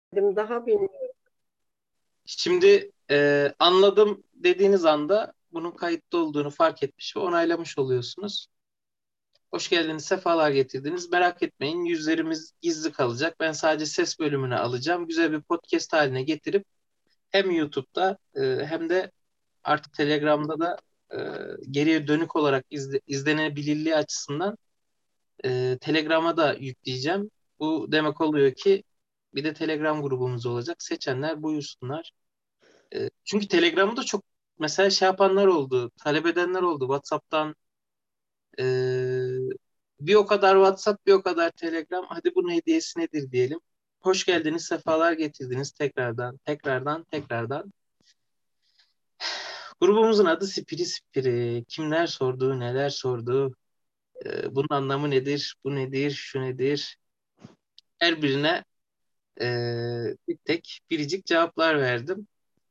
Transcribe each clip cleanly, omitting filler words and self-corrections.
Daha bilmiyorum. Şimdi anladım dediğiniz anda bunun kayıtlı olduğunu fark etmiş ve onaylamış oluyorsunuz. Hoş geldiniz, sefalar getirdiniz. Merak etmeyin, yüzlerimiz gizli kalacak. Ben sadece ses bölümünü alacağım. Güzel bir podcast haline getirip hem YouTube'da hem de artık Telegram'da da e, geriye dönük olarak izlenebilirliği açısından Telegram'a da yükleyeceğim. Bu demek oluyor ki bir de Telegram grubumuz olacak. Seçenler buyursunlar. Çünkü Telegram'ı da çok mesela şey yapanlar oldu, talep edenler oldu. WhatsApp'tan e, bir o kadar WhatsApp, bir o kadar Telegram. Hadi bunun hediyesi nedir diyelim. Hoş geldiniz, sefalar getirdiniz tekrardan, tekrardan, tekrardan. Grubumuzun adı Spiri Spiri. Kimler sordu, neler sordu, bunun anlamı nedir, bu nedir, şu nedir? Her birine tek tek biricik cevaplar verdim.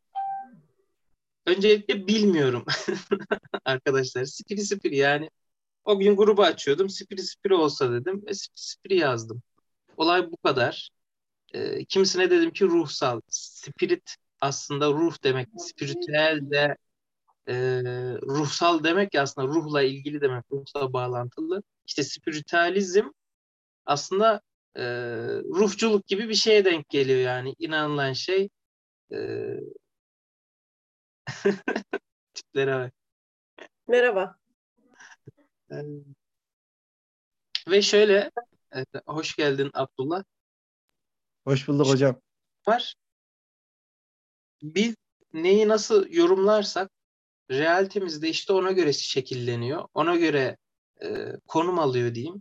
Öncelikle bilmiyorum arkadaşlar. Spiri Spiri yani. O gün grubu açıyordum. Spiri Spiri olsa dedim ve Spiri Spiri yazdım. Olay bu kadar. Kimisine dedim ki ruhsal. Spirit aslında ruh demek. Spiritüel de e, ruhsal demek ya aslında ruhla ilgili demek. Ruhla bağlantılı. İşte spiritüalizm aslında e, ruhçuluk gibi bir şeye denk geliyor yani. İnanılan şey e, tiplere bak. Merhaba. E, ve şöyle hoş geldin Abdullah. Hoş bulduk Şu hocam. var. Biz neyi nasıl yorumlarsak realitemiz de işte ona göre şekilleniyor. Ona göre konum alıyor diyeyim.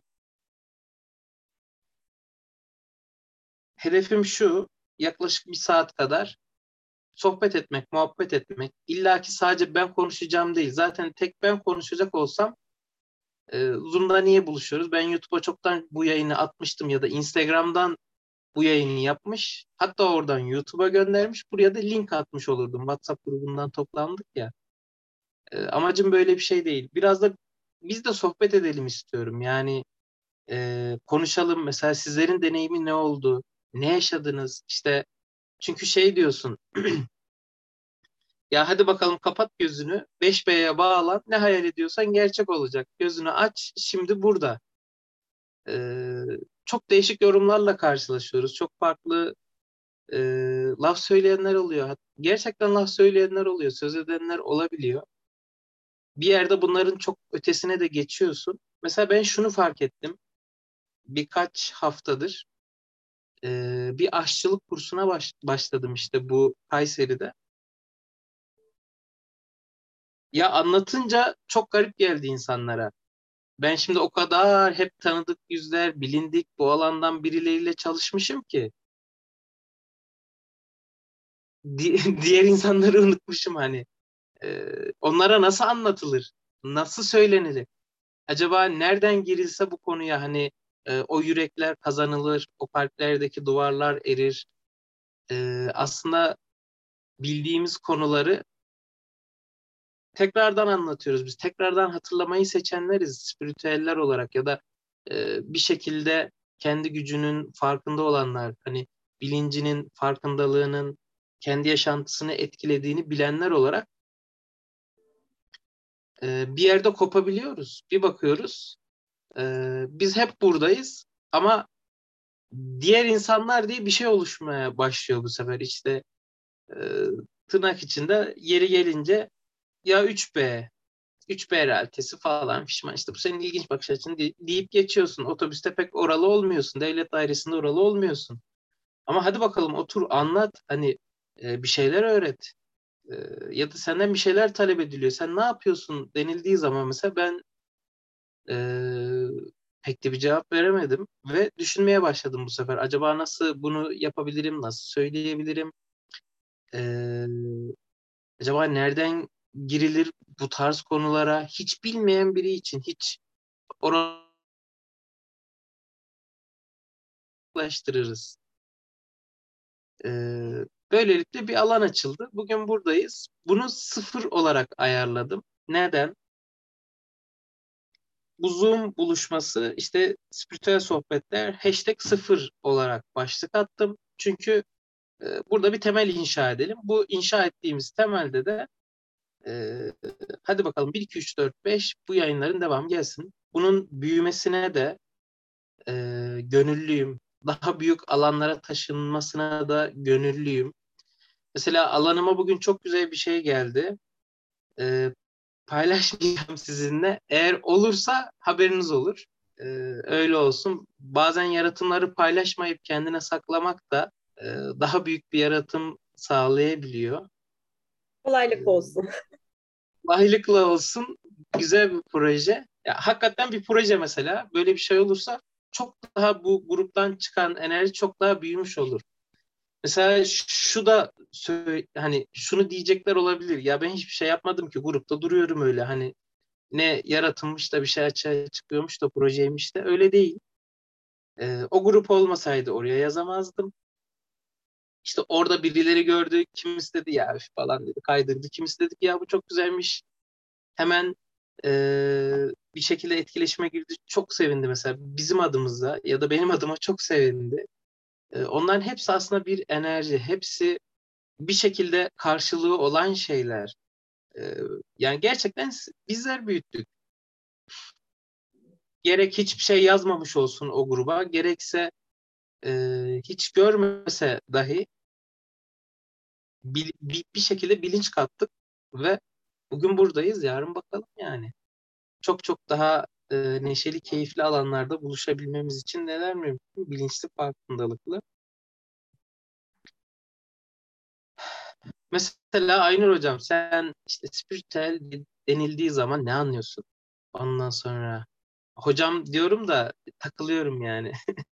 Hedefim şu, yaklaşık bir saat kadar sohbet etmek, muhabbet etmek. İlla ki sadece ben konuşacağım değil. Zaten tek ben konuşacak olsam Zoom'da niye buluşuyoruz? Ben YouTube'a çoktan bu yayını atmıştım ya da Instagram'dan bu yayını yapmış. Hatta oradan YouTube'a göndermiş. Buraya da link atmış olurdum. WhatsApp grubundan toplandık ya. Amacım böyle bir şey değil. Biraz da biz de sohbet edelim istiyorum. Yani konuşalım. Mesela sizlerin deneyimi ne oldu? Ne yaşadınız? İşte çünkü şey diyorsun. Ya hadi bakalım kapat gözünü. 5B'ye bağlan. Ne hayal ediyorsan gerçek olacak. Gözünü aç. Şimdi burada. Ee, çok değişik yorumlarla karşılaşıyoruz. Çok farklı e, laf söyleyenler oluyor. Gerçekten laf söyleyenler oluyor. Söz edenler olabiliyor. Bir yerde bunların çok ötesine de geçiyorsun. Mesela ben şunu fark ettim. Birkaç haftadır bir aşçılık kursuna başladım işte bu Kayseri'de. Ya anlatınca çok garip geldi insanlara. Ben şimdi o kadar hep tanıdık yüzler, bilindik bu alandan birileriyle çalışmışım ki diğer insanları unutmuşum hani. Onlara nasıl anlatılır? Nasıl söylenir? Acaba nereden girilse bu konuya hani o yürekler kazanılır, o kalplerdeki duvarlar erir. Aslında bildiğimiz konuları tekrardan anlatıyoruz biz. Tekrardan hatırlamayı seçenleriz spiritüeller olarak ya da bir şekilde kendi gücünün farkında olanlar, hani bilincinin, farkındalığının kendi yaşantısını etkilediğini bilenler olarak bir yerde kopabiliyoruz. Bir bakıyoruz, biz hep buradayız ama diğer insanlar diye bir şey oluşmaya başlıyor bu sefer. İşte e, tırnak içinde yeri gelince ya 3B 3B realitesi falan fişman. İşte bu senin ilginç bakış açın deyip geçiyorsun. Otobüste pek oralı olmuyorsun. Devlet dairesinde oralı olmuyorsun. Ama hadi bakalım otur anlat. Hani bir şeyler öğret. E, ya da senden bir şeyler talep ediliyor. Sen ne yapıyorsun denildiği zaman mesela ben e, pek de bir cevap veremedim. Ve düşünmeye başladım bu sefer. Acaba nasıl bunu yapabilirim? Nasıl söyleyebilirim? E, acaba nereden girilir bu tarz konulara? Hiç bilmeyen biri için hiç ulaştırırız. Böylelikle bir alan açıldı. Bugün buradayız. Bunu sıfır olarak ayarladım. Neden? Bu Zoom buluşması işte spiritüel sohbetler hashtag sıfır olarak başlık attım. Çünkü Burada bir temel inşa edelim. Bu inşa ettiğimiz temelde de e, hadi bakalım 1, 2, 3, 4, 5 bu yayınların devamı gelsin. Bunun büyümesine de e, gönüllüyüm. Daha büyük alanlara taşınmasına da gönüllüyüm. Mesela alanıma bugün çok güzel bir şey geldi. E, Paylaşmayacağım sizinle. Eğer olursa haberiniz olur. E, Öyle olsun. Bazen yaratımları paylaşmayıp kendine saklamak da e, daha büyük bir yaratım sağlayabiliyor. Kolaylık olsun. Kolaylıkla olsun. Güzel bir proje. Ya, hakikaten bir proje mesela. Böyle bir şey olursa çok daha bu gruptan çıkan enerji çok daha büyümüş olur. Mesela şu da hani şunu diyecekler olabilir. Ya ben hiçbir şey yapmadım ki grupta duruyorum öyle. Hani ne yaratılmış da bir şey açığa çıkıyormuş da projeymiş de öyle değil. O grup olmasaydı oraya yazamazdım. İşte orada birileri gördü. Kimisi dedi ya üf falan dedi kaydırdı. Kimisi dedi ki ya bu çok güzelmiş. Hemen bir şekilde etkileşime girdi. Çok sevindi mesela bizim adımıza ya da benim adıma çok sevindi. Onların hepsi aslında bir enerji. Hepsi bir şekilde karşılığı olan şeyler. Ee, Yani gerçekten bizler büyüttük. Gerek hiçbir şey yazmamış olsun o gruba, gerekse hiç görmese dahi bir şekilde bilinç kattık ve bugün buradayız. Yarın bakalım yani. Çok çok daha neşeli, keyifli alanlarda buluşabilmemiz için neler mümkün? Bilinçli, farkındalıklı. Mesela Aynur Hocam, sen işte spiritüel denildiği zaman ne anlıyorsun? Ondan sonra hocam diyorum da takılıyorum yani.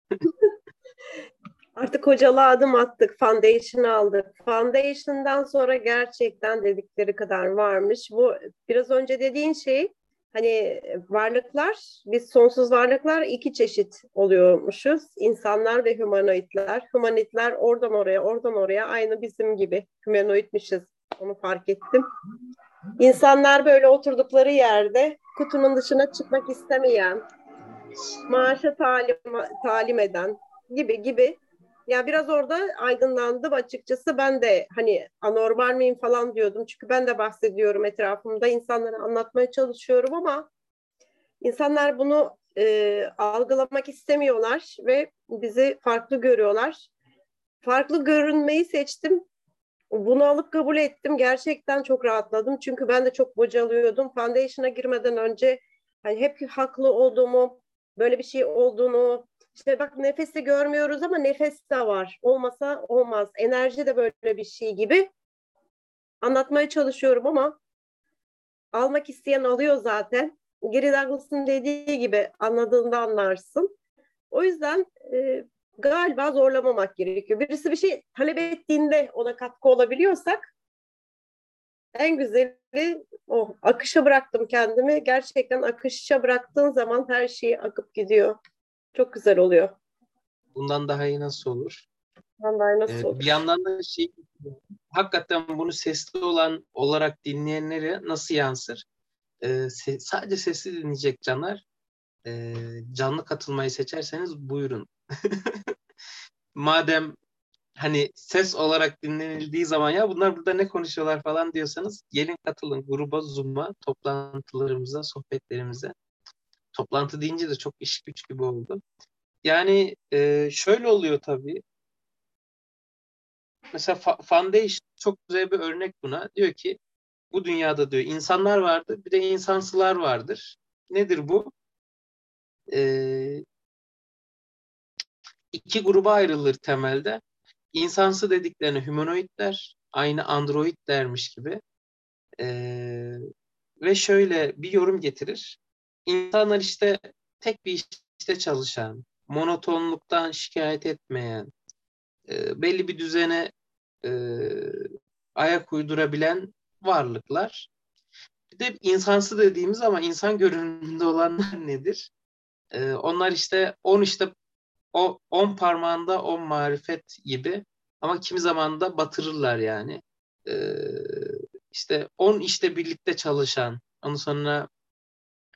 Artık hocalığa adım attık. Foundation'ı aldık. Foundation'dan sonra gerçekten dedikleri kadar varmış. Bu biraz önce dediğin şey hani varlıklar, biz sonsuz varlıklar iki çeşit oluyormuşuz. İnsanlar ve humanoidler. Humanoidler oradan oraya, oradan oraya aynı bizim gibi humanoidmişiz. Onu fark ettim. İnsanlar böyle oturdukları yerde kutunun dışına çıkmak istemeyen, maaşa talim eden gibi gibi. Ya biraz orada aydınlandım açıkçası. Ben de hani anormal miyim falan diyordum. Çünkü ben de bahsediyorum etrafımda. İnsanlara anlatmaya çalışıyorum ama insanlar bunu algılamak istemiyorlar ve bizi farklı görüyorlar. Farklı görünmeyi seçtim. Bunu alıp kabul ettim. Gerçekten çok rahatladım. Çünkü ben de çok bocalıyordum. Foundation'a girmeden önce hani hep haklı olduğumu, böyle bir şey olduğunu, işte bak nefesi görmüyoruz ama nefes de var. Olmasa olmaz. Enerji de böyle bir şey gibi anlatmaya çalışıyorum ama almak isteyen alıyor zaten. Gary Douglas'ın dediği gibi anladığında anlarsın. O yüzden galiba zorlamamak gerekiyor. Birisi bir şey talep ettiğinde ona katkı olabiliyorsak en güzeli o. Akışa bıraktım kendimi. Gerçekten akışa bıraktığın zaman her şey akıp gidiyor. Çok güzel oluyor. Bundan daha iyi nasıl olur? Vallahi nasıl Bir olur? yandan da hakikaten bunu sesli olan olarak dinleyenlere nasıl yansır? Sadece sesli dinleyecek canlar, canlı katılmayı seçerseniz buyurun. Madem hani ses olarak dinlenildiği zaman ya bunlar burada ne konuşuyorlar falan diyorsanız gelin katılın gruba, Zoom'a, toplantılarımıza, sohbetlerimize. Toplantı deyince de çok iş güç gibi oldu. Yani şöyle oluyor tabii. Mesela Foundation çok güzel bir örnek buna. Diyor ki bu dünyada diyor insanlar vardır bir de insansılar vardır. Nedir bu? E, iki gruba ayrılır temelde. İnsansı dediklerine humanoidler, aynı android dermiş gibi. E, Ve şöyle bir yorum getirir. İnsanlar işte tek bir işte çalışan, monotonluktan şikayet etmeyen, belli bir düzene e, ayak uydurabilen varlıklar. Bir de insansı dediğimiz ama insan görünümünde olanlar nedir? Onlar işte o 10 parmağında 10 marifet gibi ama kimi zaman da batırırlar yani. Ee, işte 10 işte birlikte çalışan, ondan sonra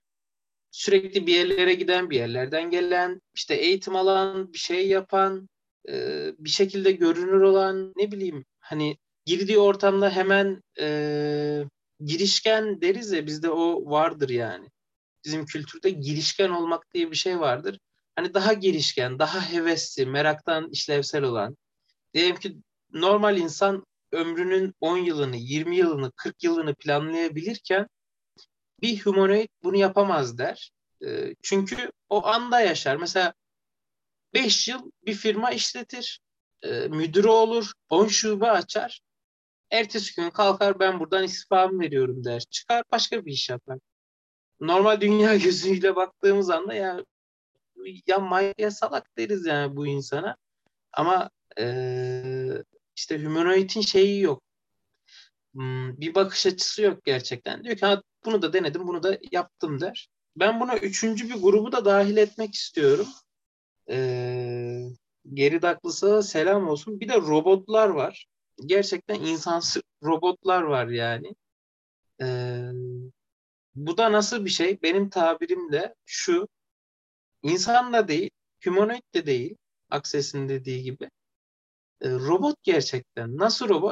sürekli bir yerlere giden, bir yerlerden gelen, işte eğitim alan, bir şey yapan, bir şekilde görünür olan, ne bileyim, hani girdiği ortamda hemen girişken deriz ya, bizde o vardır yani. Bizim kültürde girişken olmak diye bir şey vardır. Hani daha girişken, daha hevesli, meraktan işlevsel olan. Diyelim ki normal insan ömrünün 10 yılını, 20 yılını, 40 yılını planlayabilirken bir humanoid bunu yapamaz der. Çünkü o anda yaşar. Mesela 5 yıl bir firma işletir, müdürü olur, 10 şube açar. Ertesi gün kalkar, ben buradan istifamı veriyorum der. Çıkar başka bir iş yapar. Normal dünya gözüyle baktığımız anda ya manyak ya salak deriz yani bu insana. Ama işte humanoid'in şeyi yok. Bir bakış açısı yok gerçekten. Diyor ki, ha, bunu da denedim, bunu da yaptım der. Ben buna üçüncü bir grubu da dahil etmek istiyorum. Ee, Geri Douglas'a selam olsun. Bir de robotlar var. Gerçekten insansı robotlar var yani. Ee, Bu da nasıl bir şey? Benim tabirimle şu: insan da değil, humanoid de değil, Access'in dediği gibi. Robot gerçekten. Nasıl robot?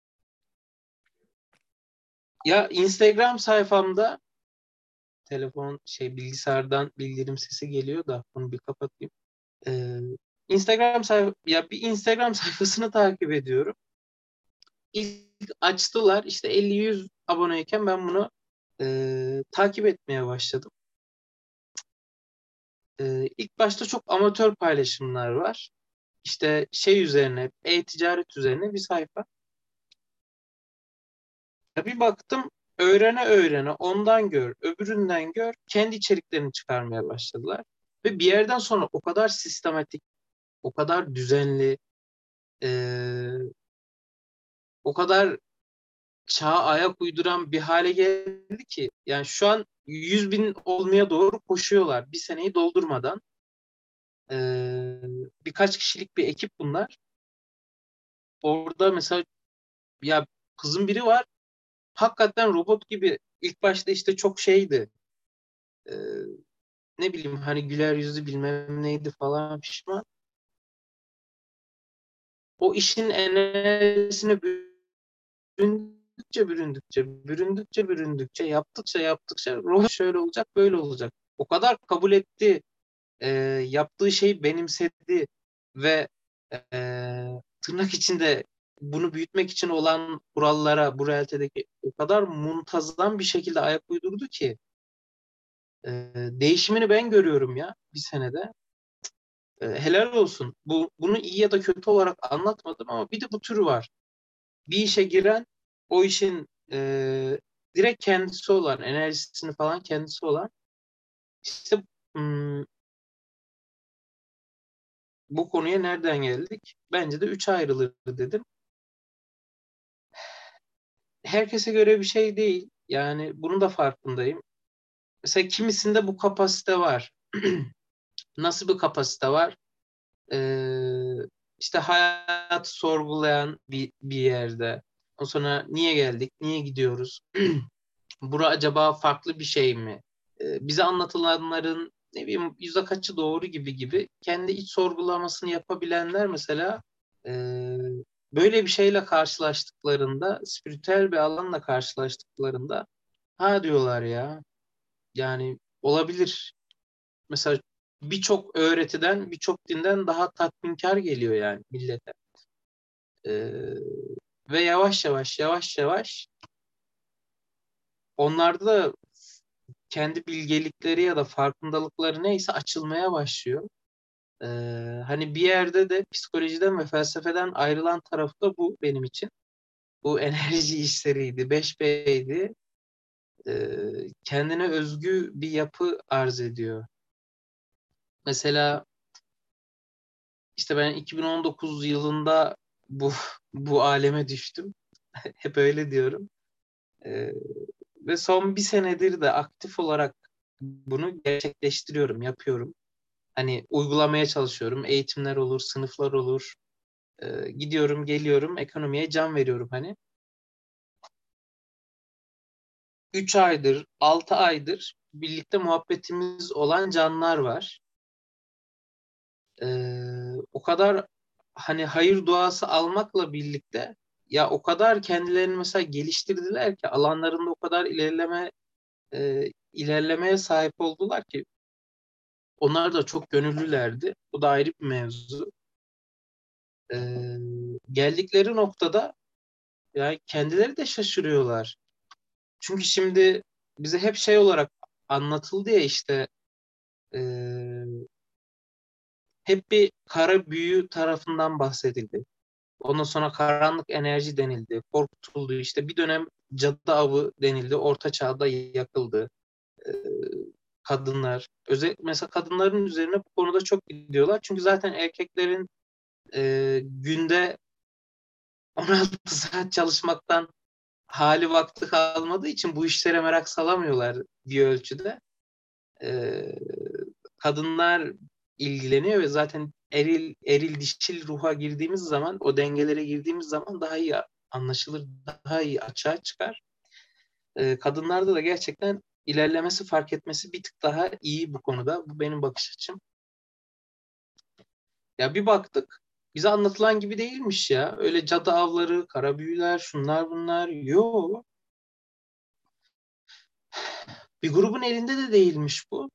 Ya Instagram sayfamda telefon bilgisayardan bildirim sesi geliyor da onu bir kapatayım. Ee, bir Instagram sayfasını takip ediyorum. İlk açtılar, işte 50-100 aboneyken ben bunu takip etmeye başladım. İlk başta çok amatör paylaşımlar var. İşte üzerine, e-ticaret üzerine bir sayfa. Ya bir baktım, öğrene öğrene ondan gör, öbüründen gör, kendi içeriklerini çıkarmaya başladılar. Ve bir yerden sonra o kadar sistematik, o kadar düzenli, e, o kadar çağa ayak uyduran bir hale geldi ki, yani şu an 100 bin olmaya doğru koşuyorlar. Bir seneyi doldurmadan. E, Birkaç kişilik bir ekip bunlar. Orada mesela, ya, kızın biri var, hakikaten robot gibi. İlk başta işte çok şeydi. E, Ne bileyim, hani güler yüzü bilmem neydi falan pişman. O işin enerjisine büründükçe, yaptıkça robot şöyle olacak, böyle olacak. O kadar kabul etti, e, yaptığı şeyi benimsedi ve tırnak içinde bunu büyütmek için olan kurallara, bu realitedeki, o kadar muntazam bir şekilde ayak uydurdu ki değişimini ben görüyorum ya bir senede. Helal olsun. Bunu iyi ya da kötü olarak anlatmadım ama bir de bu tür var. Bir işe giren, o işin direkt kendisi olan, enerjisini falan kendisi olan, işte hmm, bu konuya nereden geldik? Bence de üçe ayrılır dedim. Herkese göre bir şey değil. Yani bunun da farkındayım. Mesela kimisinde bu kapasite var. Nasıl bir kapasite var? İşte hayatı sorgulayan bir yerde. Ondan sonra niye geldik, niye gidiyoruz? Bura acaba farklı bir şey mi? Bize anlatılanların, ne bileyim, yüzde kaçı doğru gibi kendi iç sorgulamasını yapabilenler mesela, e, böyle bir şeyle karşılaştıklarında, spiritüel bir alanla karşılaştıklarında, ha diyorlar ya, yani olabilir. Mesela birçok öğretiden, birçok dinden daha tatminkar geliyor yani millete. E, Ve yavaş yavaş onlarda da kendi bilgelikleri ya da farkındalıkları neyse açılmaya başlıyor. Ee, Hani bir yerde de psikolojiden ve felsefeden ayrılan tarafı da bu benim için. Bu enerji işleriydi, 5B'ydi. Kendine özgü bir yapı arz ediyor. Mesela işte ben 2019 yılında bu bu aleme düştüm. Hep öyle diyorum. Ee, Ve son bir senedir de aktif olarak bunu gerçekleştiriyorum, yapıyorum. Hani uygulamaya çalışıyorum. Eğitimler olur, sınıflar olur. Gidiyorum, geliyorum, ekonomiye can veriyorum hani. 3 aydır, 6 aydır birlikte muhabbetimiz olan canlar var. O kadar hani hayır duası almakla birlikte ya o kadar kendilerini mesela geliştirdiler ki alanlarında o kadar ilerlemeye sahip oldular ki onlar da çok gönüllülerdi. Bu da ayrı bir mevzu. E, Geldikleri noktada yani kendileri de şaşırıyorlar. Çünkü şimdi bize hep şey olarak anlatıldı ya işte e, hep bir kara büyü tarafından bahsedildi. Ondan sonra karanlık enerji denildi, korkutuldu. İşte bir dönem cadı avı denildi, orta çağda yakıldı. Ee, Kadınlar, mesela kadınların üzerine bu konuda çok gidiyorlar. Çünkü zaten erkeklerin günde 16 saat çalışmaktan hali vakti kalmadığı için bu işlere merak salamıyorlar bir ölçüde. Ee, Kadınlar ilgileniyor ve zaten eril dişil ruha girdiğimiz zaman, o dengelere girdiğimiz zaman daha iyi anlaşılır, daha iyi açığa çıkar. Kadınlarda da gerçekten ilerlemesi, fark etmesi bir tık daha iyi bu konuda. Bu benim bakış açım. Ya bir baktık, bize anlatılan gibi değilmiş ya. Öyle cadı avları, kara büyüler, şunlar bunlar. Yok. Bir grubun elinde de değilmiş bu.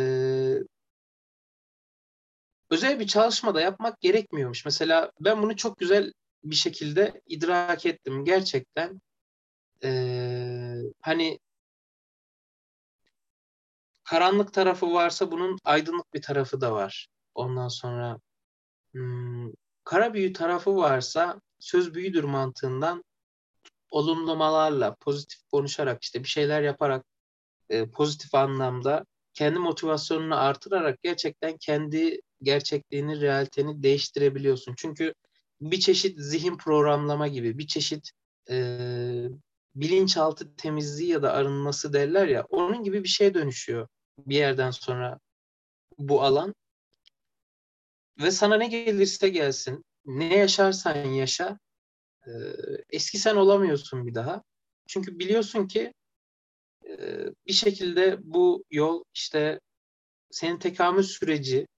Özel bir çalışmada yapmak gerekmiyormuş. Mesela ben bunu çok güzel bir şekilde idrak ettim. Gerçekten hani karanlık tarafı varsa bunun aydınlık bir tarafı da var. Ondan sonra kara büyü tarafı varsa söz büyüdür mantığından olumlamalarla, pozitif konuşarak, işte bir şeyler yaparak, pozitif anlamda kendi motivasyonunu artırarak gerçekten kendi gerçekliğini, realiteni değiştirebiliyorsun. Çünkü bir çeşit zihin programlama gibi, bir çeşit e, bilinçaltı temizliği ya da arınması derler ya, onun gibi bir şeye dönüşüyor bir yerden sonra bu alan. Ve sana ne gelirse gelsin, ne yaşarsan yaşa, e, eski sen olamıyorsun bir daha. Çünkü biliyorsun ki bir şekilde bu yol işte senin tekamül süreci,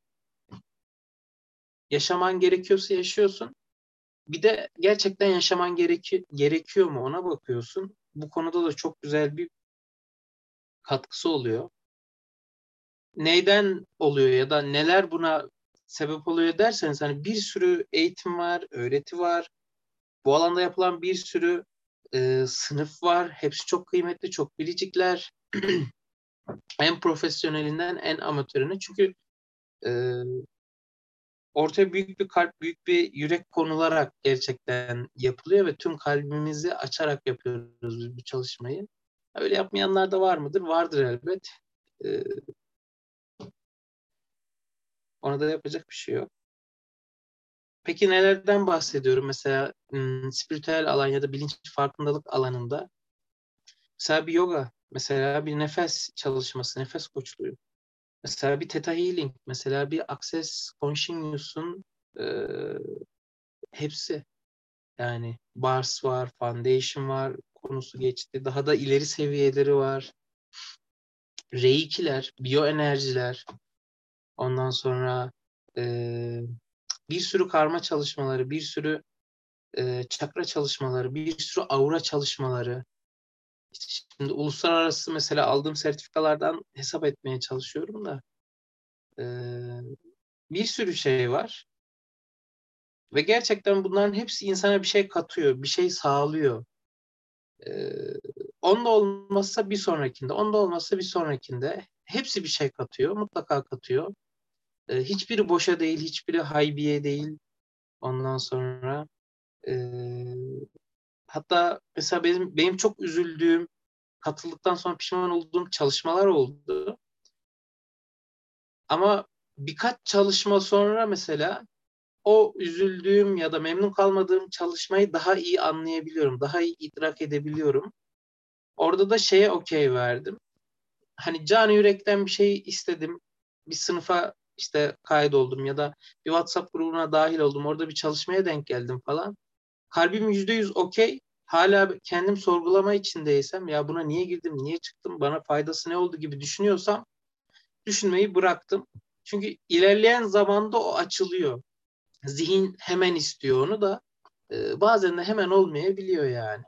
yaşaman gerekiyorsa yaşıyorsun. Bir de gerçekten yaşaman gerekiyor mu ona bakıyorsun. Bu konuda da çok güzel bir katkısı oluyor. Neyden oluyor ya da neler buna sebep oluyor derseniz hani bir sürü eğitim var, öğreti var. Bu alanda yapılan bir sürü sınıf var. Hepsi çok kıymetli, çok biricikler. En profesyonelinden en amatörüne. Çünkü e, ortaya büyük bir kalp, büyük bir yürek konularak gerçekten yapılıyor ve tüm kalbimizi açarak yapıyoruz biz bu çalışmayı. Öyle yapmayanlar da var mıdır? Vardır elbet. Ee, Ona da yapacak bir şey yok. Peki nelerden bahsediyorum? Mesela spiritüel alan ya da bilinç farkındalık alanında. Mesela bir yoga, mesela bir nefes çalışması, nefes koçluğu. Mesela bir Theta Healing, mesela bir Access Conscious'un e, hepsi. Yani Bars var, Foundation var, konusu geçti. Daha da ileri seviyeleri var. Reiki'ler, biyoenerjiler, ondan sonra e, bir sürü karma çalışmaları, bir sürü çakra çalışmaları, bir sürü aura çalışmaları. İşte şimdi uluslararası mesela aldığım sertifikalardan hesap etmeye çalışıyorum da e, bir sürü şey var. Ve gerçekten bunların hepsi insana bir şey katıyor, bir şey sağlıyor. Ee, Onda olmazsa bir sonrakinde, onda olmazsa bir sonrakinde hepsi bir şey katıyor, mutlaka katıyor. Hiçbiri boşa değil, hiçbiri haybiye değil. Ondan sonra e, hatta mesela benim çok üzüldüğüm, katıldıktan sonra pişman olduğum çalışmalar oldu. Ama birkaç çalışma sonra mesela o üzüldüğüm ya da memnun kalmadığım çalışmayı daha iyi anlayabiliyorum, daha iyi idrak edebiliyorum. Orada da şeye okey verdim. Hani canı yürekten bir şey istedim. Bir sınıfa işte kaydoldum ya da bir WhatsApp grubuna dahil oldum. Orada bir çalışmaya denk geldim falan. Kalbim %100 okey. Hala kendim sorgulama içindeysem ya buna niye girdim, niye çıktım, bana faydası ne oldu gibi düşünüyorsam düşünmeyi bıraktım. Çünkü ilerleyen zamanda o açılıyor. zihin hemen istiyor onu da bazen de hemen olmayabiliyor yani.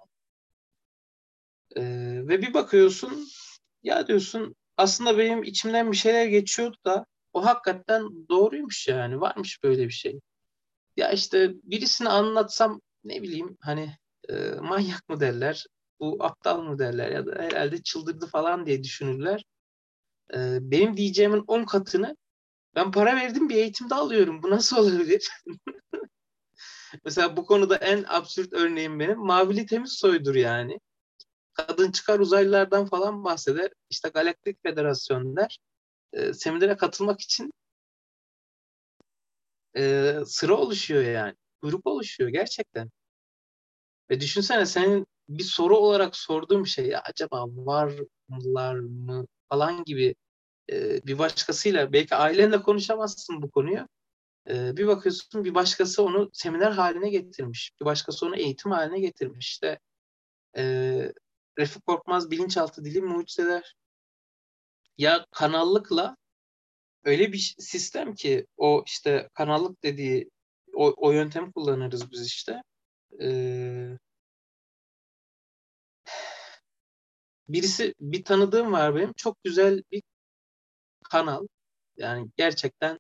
Ve bir bakıyorsun ya diyorsun aslında benim içimden bir şeyler geçiyordu da o hakikaten doğruymuş yani varmış böyle bir şey. Ya işte birisine anlatsam ne bileyim hani manyak mı derler, bu aptal mı derler ya da herhalde çıldırdı falan diye düşünürler. Benim diyeceğimin 10 katını ben para verdim bir eğitimde alıyorum. Bu nasıl olabilir? Mesela bu konuda en absürt örneğim benim Mavili Temizsoy'dur yani. Kadın çıkar uzaylılardan falan bahseder. İşte Galaktik Federasyon der. Seminere katılmak için sıra oluşuyor yani. Grup oluşuyor gerçekten. Ve düşünsene senin bir soru olarak sorduğum şey ya acaba varlar mı falan gibi bir başkasıyla belki ailenle konuşamazsın bu konuyu. Bir bakıyorsun bir başkası onu seminer haline getirmiş. Bir başkası onu eğitim haline getirmiş. İşte e, Refik Korkmaz bilinçaltı dili mucizeler. Ya kanallıkla öyle bir sistem ki o işte kanallık dediği o yöntemi kullanırız biz işte. Ee, Birisi bir tanıdığım var benim. Çok güzel bir kanal. Yani gerçekten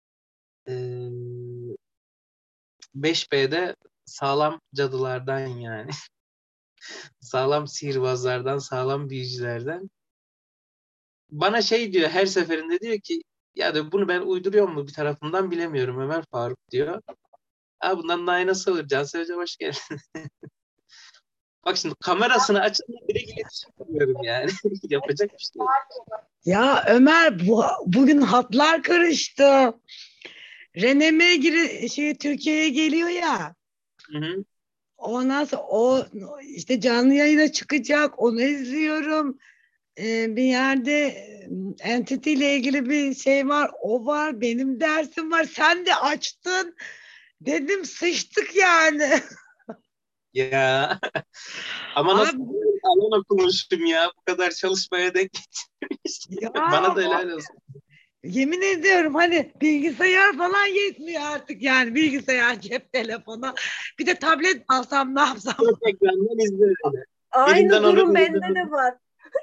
5B'de sağlam cadılardan yani. Sağlam sihirbazlardan, sağlam büyücülerden. Bana şey diyor her seferinde diyor ki ya diyor, bunu ben uyduruyor mu bir tarafından bilemiyorum Ömer Faruk diyor. Ha, bundan daha iyi nasıl olur? Cansel Hoca hoş geldin. Bak şimdi kamerasını açınca direkt iletişim kuruyorum yani. Yapacak bir şey yok. Ya Ömer bugün hatlar karıştı. Reneme Türkiye'ye geliyor ya. Hı hı. Ondan sonra o işte canlı yayına çıkacak. Onu izliyorum. Bir yerde entity ile ilgili bir şey var. O var. Benim dersim var. Sen de açtın. Dedim sıçtık yani. Ya ama nasıl Abi alan okumuştum ya. Bu kadar çalışmaya denk getirmiş. ya Bana da helal olsun. yemin ediyorum hani bilgisayar falan yetmiyor artık yani bilgisayar, cep telefonu. Bir de tablet alsam ne yapsam? Dört ekrandan izledim. Birinden Aynı onu durum bende birinden de var.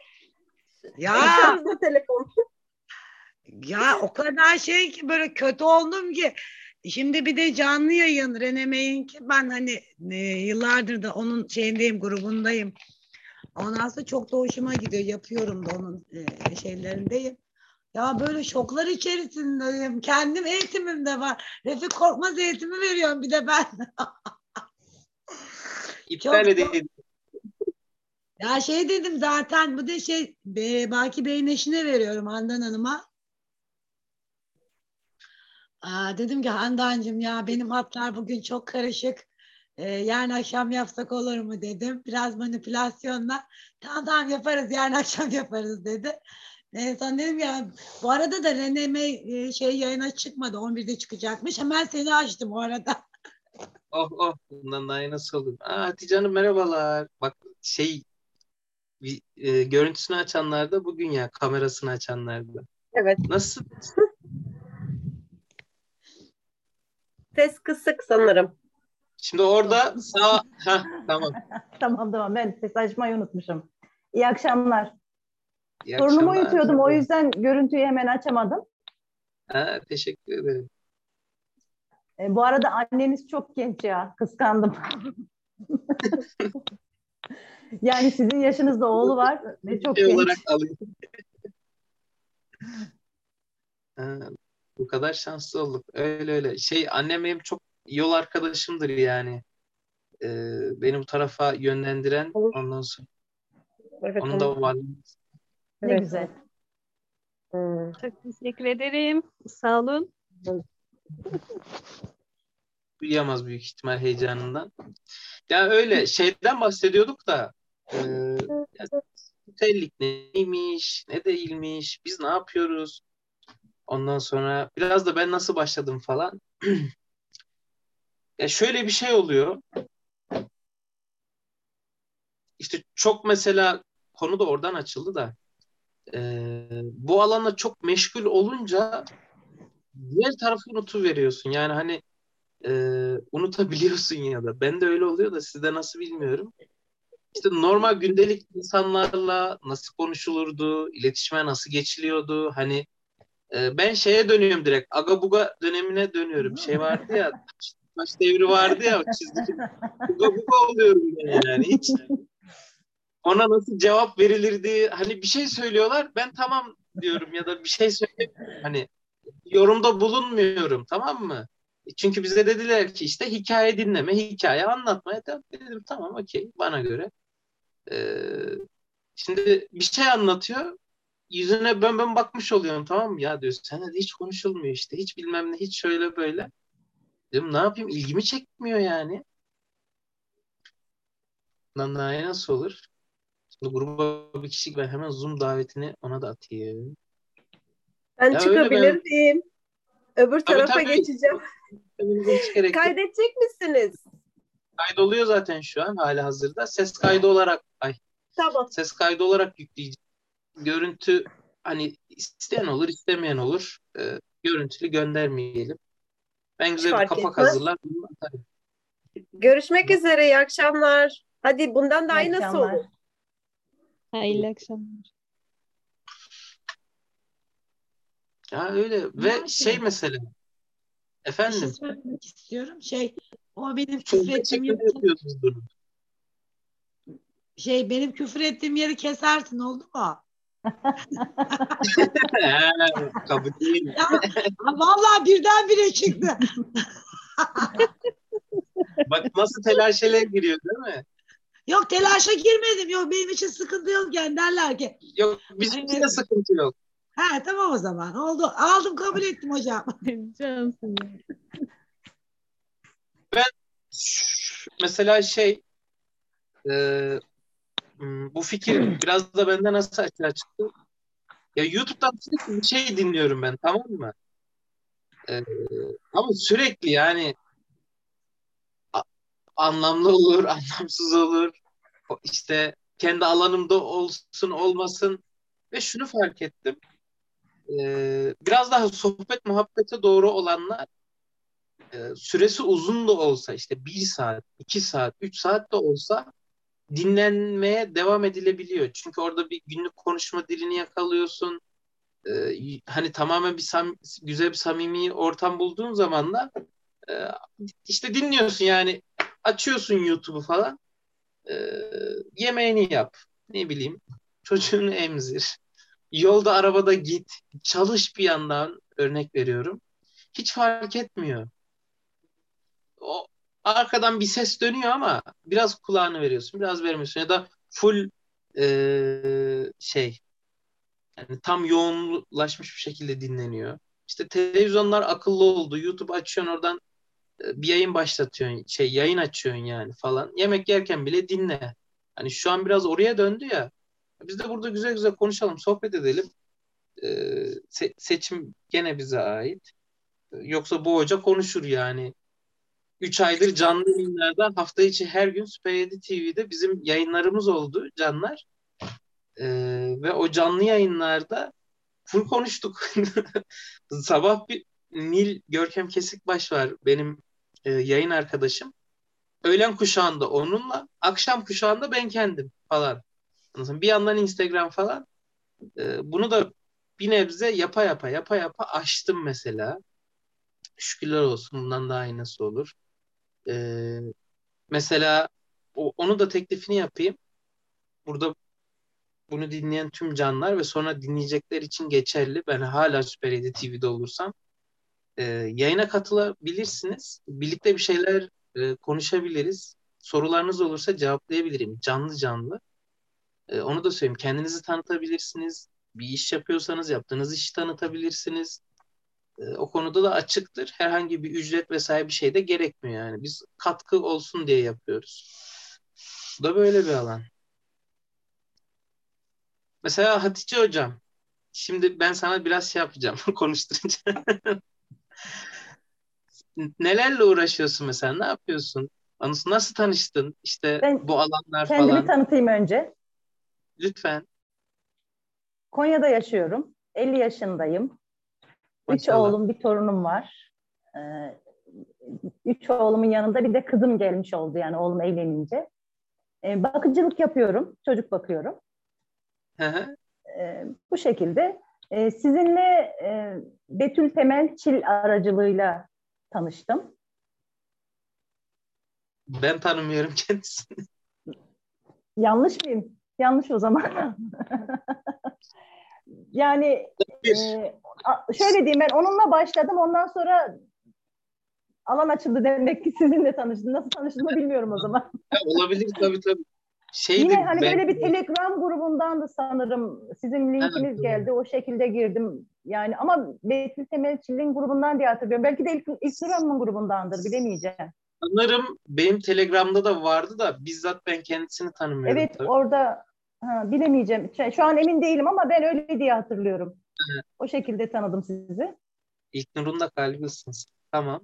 Ya Şarjda telefon. ya o kadar şey ki böyle kötü oldum ki. Şimdi bir de canlı yayın Reneme'yinki ben hani yıllardır da onun şeyindeyim grubundayım. Ondan sonra çok da hoşuma gidiyor. Yapıyorum da onun şeylerindeyim. Ya böyle şoklar içerisindeyim. Kendim eğitimimde var. Refik Korkmaz eğitimi veriyorum bir de ben. iptal Çok çok. edildi. Ya şey dedim zaten bu da Baki Bey'in eşine veriyorum Handan Hanım'a. Dedim ki Handancığım ya benim hatlar bugün çok karışık. Yarın akşam yapsak olur mu dedim. Biraz manipülasyonla. Tamam tamam yaparız yarın akşam yaparız dedi. Sonra dedim ya bu arada da Reneme yayına çıkmadı. 11'de çıkacakmış. Hemen seni açtım o arada. Oh oh bundan daha iyi nasıl olur? Hatice Hanım merhabalar. Bak görüntüsünü açanlar da bugün ya kamerasını açanlar da. Evet. Nasıl? Ses kısık sanırım. Şimdi orada sağ tamam. Tamam ben ses açmayı unutmuşum. İyi akşamlar. İyi Torunumu akşamlar. uyutuyordum o yüzden görüntüyü hemen açamadım. Teşekkür ederim. Bu arada anneniz çok genç ya kıskandım. Yani sizin yaşınızda oğlu var ve çok Şey genç. olarak alayım. Ha, bu kadar şanslı olduk. Öyle öyle. Annem benim çok yol arkadaşımdır yani. Beni bu tarafa yönlendiren Olur. ondan sonra Evet, onun olur. da var. Ne Evet. güzel. Çok teşekkür ederim. Sağ olun. Duyamaz büyük ihtimal heyecanından. Ya öyle şeyden bahsediyorduk da ya, güzellik neymiş, ne değilmiş, biz ne yapıyoruz? Ondan sonra biraz da ben nasıl başladım falan. Ya şöyle bir şey oluyor. İşte çok mesela konu da oradan açıldı da bu alanla çok meşgul olunca diğer tarafı unutuveriyorsun. Yani hani unutabiliyorsun ya da. Ben de öyle oluyor da sizde nasıl bilmiyorum. İşte normal gündelik insanlarla nasıl konuşulurdu, iletişime nasıl geçiliyordu. Hani ben şeye dönüyorum direkt. Aga buga dönemine dönüyorum. Şey vardı ya, taş devri vardı ya, çizgi. Buga buga oluyorum ben yani. Hiç ona nasıl cevap verilirdi. Hani bir şey söylüyorlar, ben tamam diyorum ya da bir şey söylemiyorum. Hani yorumda bulunmuyorum, tamam mı? Çünkü bize dediler ki işte hikaye dinleme, hikaye anlatmaya devam dedim. Tamam, okey, bana göre. Ee, Şimdi bir şey anlatıyor. Yüzüne ben bakmış oluyorum, tamam mı? Ya diyor, seninle de hiç konuşulmuyor işte. Hiç bilmem ne, hiç şöyle böyle. Diyorum, ne yapayım? İlgimi çekmiyor yani. Lan daha nasıl olur? Şimdi gruba bir kişi, ben hemen Zoom davetini ona da atayım. Ben Ya öyle ben, çıkabilir miyim? Öbür tabii tarafa geçeceğim. hiç gerek yok. Kaydedecek misiniz? Kaydoluyor zaten şu an hali hazırda. Ses kaydı olarak Tamam. ses kaydı olarak yükleyeceğim. Görüntü hani isteyen olur, istemeyen olur. Görüntülü göndermeyelim. Ben Hiç güzel bir fark kapak etmez. hazırlar, bunu atarım. Görüşmek üzere. İyi akşamlar. Hadi bundan daha İyi iyi nasıl akşamlar. olur? Hayırlı akşamlar. Ya öyle ve şey Martin, mesela, bir şey efendim, söylemek istiyorum. O benim küfür sohbet ettiğim şeklinde yeri yapıyoruz bunu. benim küfür ettiğim yeri kesersin, oldu mu? Kabul değil. Ya, vallahi birdenbire çıktı. Bak nasıl telaşele giriyor değil mi? Yok, telaşa girmedim. Yok, benim için sıkıntı yok yani, derler ki. Yok, bizim için de sıkıntı yok. Ha, tamam o zaman. Oldu. Aldım, kabul ettim hocam. Cansın ya. Ben mesela bu fikir biraz da bende nasıl açığa çıktı? Ya YouTube'dan sürekli bir şey dinliyorum ben, tamam mı? E, Ama sürekli yani a- anlamlı olur, anlamsız olur. İşte kendi alanımda olsun olmasın. Ve şunu fark ettim. Biraz daha sohbet muhabbete doğru olanlar, süresi uzun da olsa, işte 1 saat, 2 saat, 3 saat de olsa dinlenmeye devam edilebiliyor. Çünkü orada bir günlük konuşma dilini yakalıyorsun. Hani tamamen güzel bir samimi ortam bulduğun zaman da e, işte dinliyorsun yani, açıyorsun YouTube'u falan. E, Yemeğini yap. Ne bileyim, çocuğunu emzir. Yolda arabada git. Çalış bir yandan, örnek veriyorum. Hiç fark etmiyor. O arkadan bir ses dönüyor ama biraz kulağını veriyorsun, biraz vermiyorsun ya da full yani tam yoğunlaşmış bir şekilde dinleniyor. İşte televizyonlar akıllı oldu. YouTube açıyorsun, oradan bir yayın başlatıyorsun, yayın açıyorsun yani falan. Yemek yerken bile dinle. Hani şu an biraz oraya döndü ya. Biz de burada güzel güzel konuşalım, sohbet edelim. Seçim gene bize ait. Yoksa bu hoca konuşur yani. 3 aydır canlı yayınlardan hafta içi her gün Süper 7 TV'de bizim yayınlarımız oldu, canlar. Ve o canlı yayınlarda full konuştuk. Sabah bir Nil Görkem Kesikbaş var, benim yayın arkadaşım. Öğlen kuşağında onunla, akşam kuşağında ben kendim falan. Bir yandan Instagram falan. Bunu da bir nebze yapa yapa aştım mesela. Şükürler olsun, bundan daha iyi nasıl olur. Ee, Mesela onu da teklifini yapayım. Burada bunu dinleyen tüm canlar ve sonra dinleyecekler için geçerli. Ben hala Süper 7 TV'de olursam yayına katılabilirsiniz. Birlikte bir şeyler konuşabiliriz. Sorularınız olursa cevaplayabilirim canlı canlı. Onu da söyleyeyim. Kendinizi tanıtabilirsiniz. Bir iş yapıyorsanız yaptığınız işi tanıtabilirsiniz. O konuda da açıktır. Herhangi bir ücret vesaire bir şey de gerekmiyor yani. Biz katkı olsun diye yapıyoruz. Bu da böyle bir alan. Mesela Hatice hocam, şimdi ben sana biraz şey yapacağım konuşturunca. Nelerle uğraşıyorsun mesela? Ne yapıyorsun? Nasıl tanıştın? İşte Ben bu alanlar kendimi falan. tanıtayım önce. Lütfen. Konya'da yaşıyorum. 50 yaşındayım. 3 Maşallah. oğlum, bir torunum var. Ee, üç oğlumun yanında bir de kızım gelmiş oldu yani oğlum evlenince. Bakıcılık yapıyorum, çocuk bakıyorum. Hı hı. Bu şekilde. Sizinle Betül Temel Çil aracılığıyla tanıştım. Ben tanımıyorum kendisini. Yanlış mıyım? Yanlış o zaman. Yani şöyle diyeyim, ben onunla başladım. Ondan sonra alan açıldı, demek ki sizinle tanıştım. Nasıl tanıştığımı bilmiyorum o zaman. Ya, olabilir tabii. Şeydi Yine hani böyle belki bir de. Telegram grubundandı sanırım. Sizin Ha, linkiniz tamam. geldi. O şekilde girdim. Yani ama Betül Temelçil'in grubundan diye hatırlıyorum. Belki de ilk Nur Hanım'ın grubundandır. Bilemeyeceğim. Sanırım benim Telegram'da da vardı da bizzat ben kendisini tanımıyorum Evet, tabii. orada bilemeyeceğim. Şu an emin değilim ama ben öyle diye hatırlıyorum. O şekilde tanıdım sizi. İlknur'un da kalbi ısınsın. Tamam.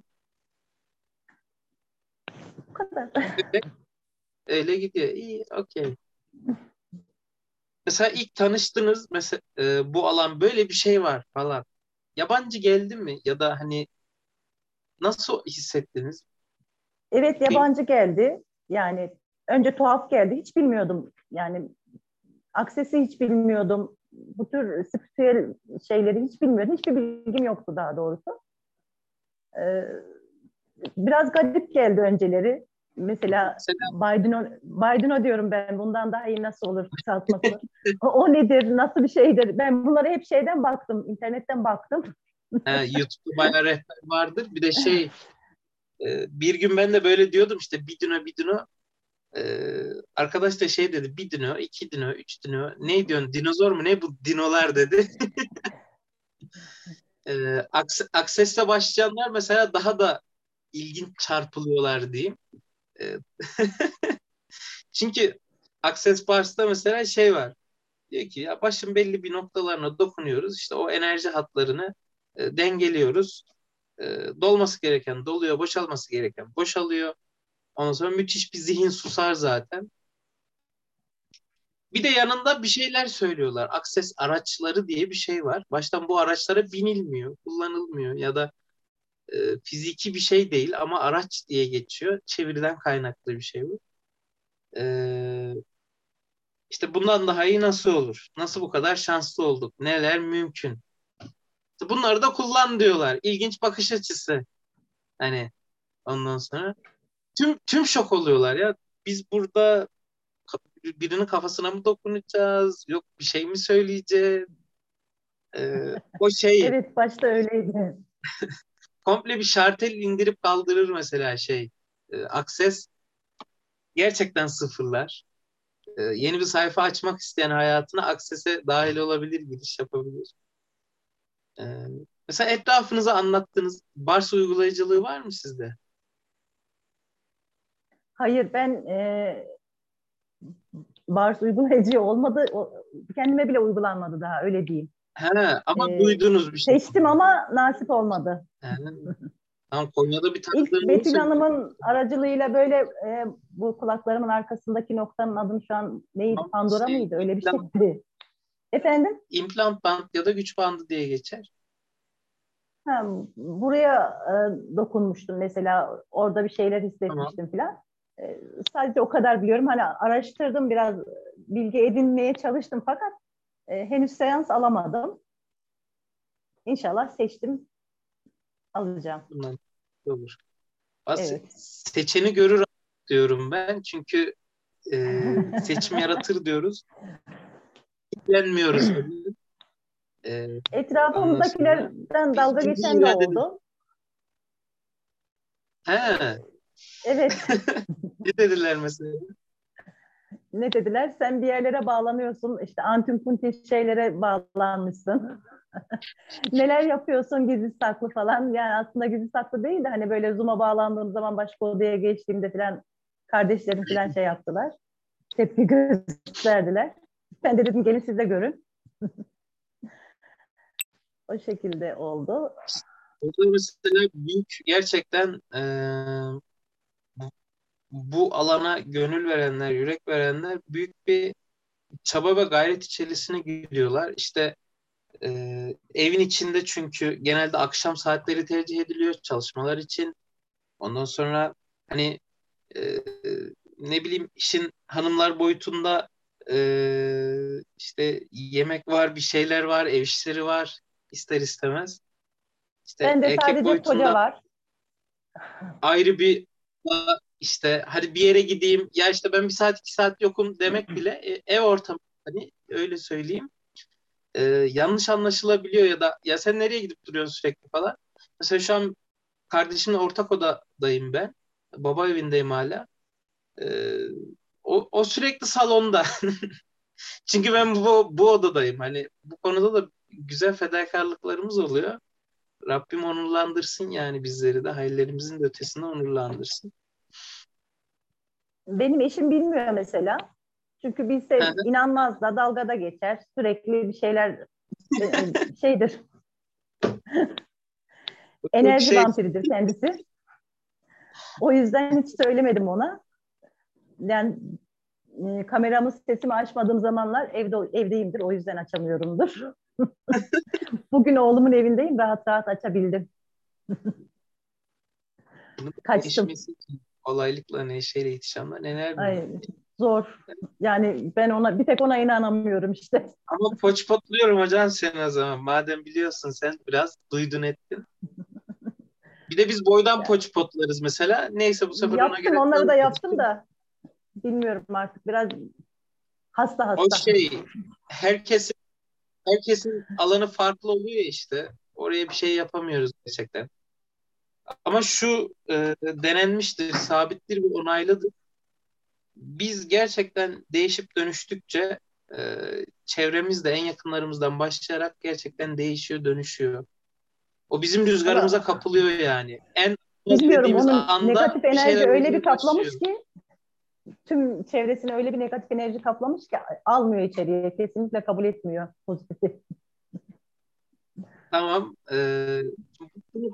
Bu kadar. Öyle gidiyor. İyi, okey. Mesela ilk tanıştınız, mesela bu alan böyle bir şey var falan. Yabancı geldi mi? Ya da hani nasıl hissettiniz? Evet, yabancı geldi. Yani önce tuhaf geldi. Hiç bilmiyordum. Yani Akses'i hiç bilmiyordum. Bu tür spiritüel şeyleri hiç bilmiyordum. Hiçbir bilgim yoktu daha doğrusu. Ee, Biraz garip geldi önceleri. Mesela Mesela Baydino diyorum ben. Bundan daha iyi nasıl olur kısaltması? O nedir? Nasıl bir şeydir? Ben bunlara hep şeyden baktım. İnternetten baktım. YouTube'da bayağı rehber vardır. Bir de bir gün ben de böyle diyordum işte bir dino. Arkadaş da şey dedi, bir dino, iki dino, üç dino. Ne diyorsun? Dinozor mu? Ne bu dinolar dedi. Akses'le başlayanlar mesela daha da ilginç çarpılıyorlar diyeyim. Ee, Çünkü Access Bars'ta mesela şey var. Diyor ki ya başın belli bir noktalarına dokunuyoruz. İşte o enerji hatlarını dengeliyoruz. Dolması gereken doluyor, boşalması gereken boşalıyor. Ondan sonra müthiş bir zihin susar zaten. Bir de yanında bir şeyler söylüyorlar. Access araçları diye bir şey var. Baştan bu araçlara binilmiyor, kullanılmıyor ya da fiziki bir şey değil ama araç diye geçiyor. Çeviriden kaynaklı bir şey bu. E, işte bundan daha iyi nasıl olur? Nasıl bu kadar şanslı olduk? Neler mümkün? İşte bunları da kullan diyorlar. İlginç bakış açısı. Hani ondan sonra tüm şok oluyorlar ya. Biz burada birinin kafasına mı dokunacağız? Yok bir şey mi söyleyeceğiz? O şey Evet, başta öyleydi. komple bir şartel indirip kaldırır mesela Access gerçekten sıfırlar. Yeni bir sayfa açmak isteyen hayatına Access'e dahil olabilir, giriş yapabilir. E, Mesela etrafınıza anlattığınız Bars uygulayıcılığı var mı sizde? Hayır, ben Bars uygulayıcı olmadı. Kendime bile uygulanmadı daha, öyle diyeyim. He, ama duydunuz bir şey. Seçtim ama nasip olmadı. He, tamam, Konya'da bir İlk tanıdığım Betül olursa Hanım'ın aracılığıyla böyle bu kulaklarımın arkasındaki noktanın adını şu an neydi? tamam, Pandora mıydı? Öyle bir şeydi. Efendim? implant band ya da güç bandı diye geçer. Ha, buraya dokunmuştum mesela. Orada bir şeyler Tamam. hissetmiştim falan. Sadece o kadar biliyorum. Hani araştırdım, biraz bilgi edinmeye çalıştım fakat henüz seans alamadım. İnşallah seçtim, alacağım. Bundan olur. Evet. Seçeni görür diyorum ben. Çünkü seçim yaratır diyoruz. İlgilenmiyoruz tabii. Ondan sonra Etrafımdakilerden biz dalga bilgi geçen de irade edin. oldu. He, Evet. ne dediler mesela? Ne dediler? Sen bir yerlere bağlanıyorsun. İşte antin kuntin şeylere bağlanmışsın. Neler yapıyorsun gizli saklı falan. Yani aslında gizli saklı değil de hani böyle Zoom'a bağlandığım zaman başka odaya geçtiğimde falan kardeşlerim falan şey yaptılar. Tepki gösterdiler. Ben de dedim gelin siz de görün. O şekilde oldu. Orada mesela büyük gerçekten bu alana gönül verenler, yürek verenler büyük bir çaba ve gayret içerisine giriyorlar. İşte evin içinde çünkü genelde akşam saatleri tercih ediliyor çalışmalar için. Ondan sonra hani e, ne bileyim işin hanımlar boyutunda işte yemek var, bir şeyler var, ev işleri var ister istemez. İşte Ben de erkek sadece koca boyutunda var. ayrı bir işte hadi bir yere gideyim ya işte ben bir saat 2 saat yokum demek bile ev ortamı hani öyle söyleyeyim yanlış anlaşılabiliyor ya da ya sen nereye gidip duruyorsun sürekli falan. Mesela şu an kardeşimle ortak odadayım ben. Baba evindeyim hala. Ee, o sürekli salonda. Çünkü ben bu odadayım. Hani bu konuda da güzel fedakarlıklarımız oluyor. Rabbim onurlandırsın yani bizleri de hayırlarımızın da ötesinde onurlandırsın. Benim eşim bilmiyor mesela. Çünkü bilse inanmaz da dalgada geçer. Sürekli bir şeyler şeydir. Çok Enerji şey vampiridir kendisi. O yüzden hiç söylemedim ona. Yani kameramı, sesimi açmadığım zamanlar evdeyimdir. O yüzden açamıyorumdur. Bugün oğlumun evindeyim. Rahat rahat açabildim. Kaçtım. değişmesi için kolaylıkla neşeyle yetişenler neler biliyor. Ay, zor. Yani ben bir tek ona inanamıyorum işte. Ama poçpotluyorum hocam seni o zaman. Madem biliyorsun sen biraz duydun ettin. Bir de biz boydan Yani poçpotlarız mesela. Neyse bu sefer ona yaptım, göre onları da yaptım da bilmiyorum artık, biraz hasta o hasta. şey herkesin alanı farklı oluyor ya işte. Oraya bir şey yapamıyoruz gerçekten. Ama şu denenmiştir, sabittir ve onaylıdır. Biz gerçekten değişip dönüştükçe çevremizde en yakınlarımızdan başlayarak gerçekten değişiyor, dönüşüyor. O bizim rüzgarımıza Ama kapılıyor yani. En az bilmiyorum, dediğimiz onun anda negatif bir enerji şeyler öyle bir olmaya kaplamış başlıyor. ki, tüm çevresine öyle bir negatif enerji kaplamış ki almıyor içeriye. Kesinlikle kabul etmiyor pozitifi. Tamam. Bunu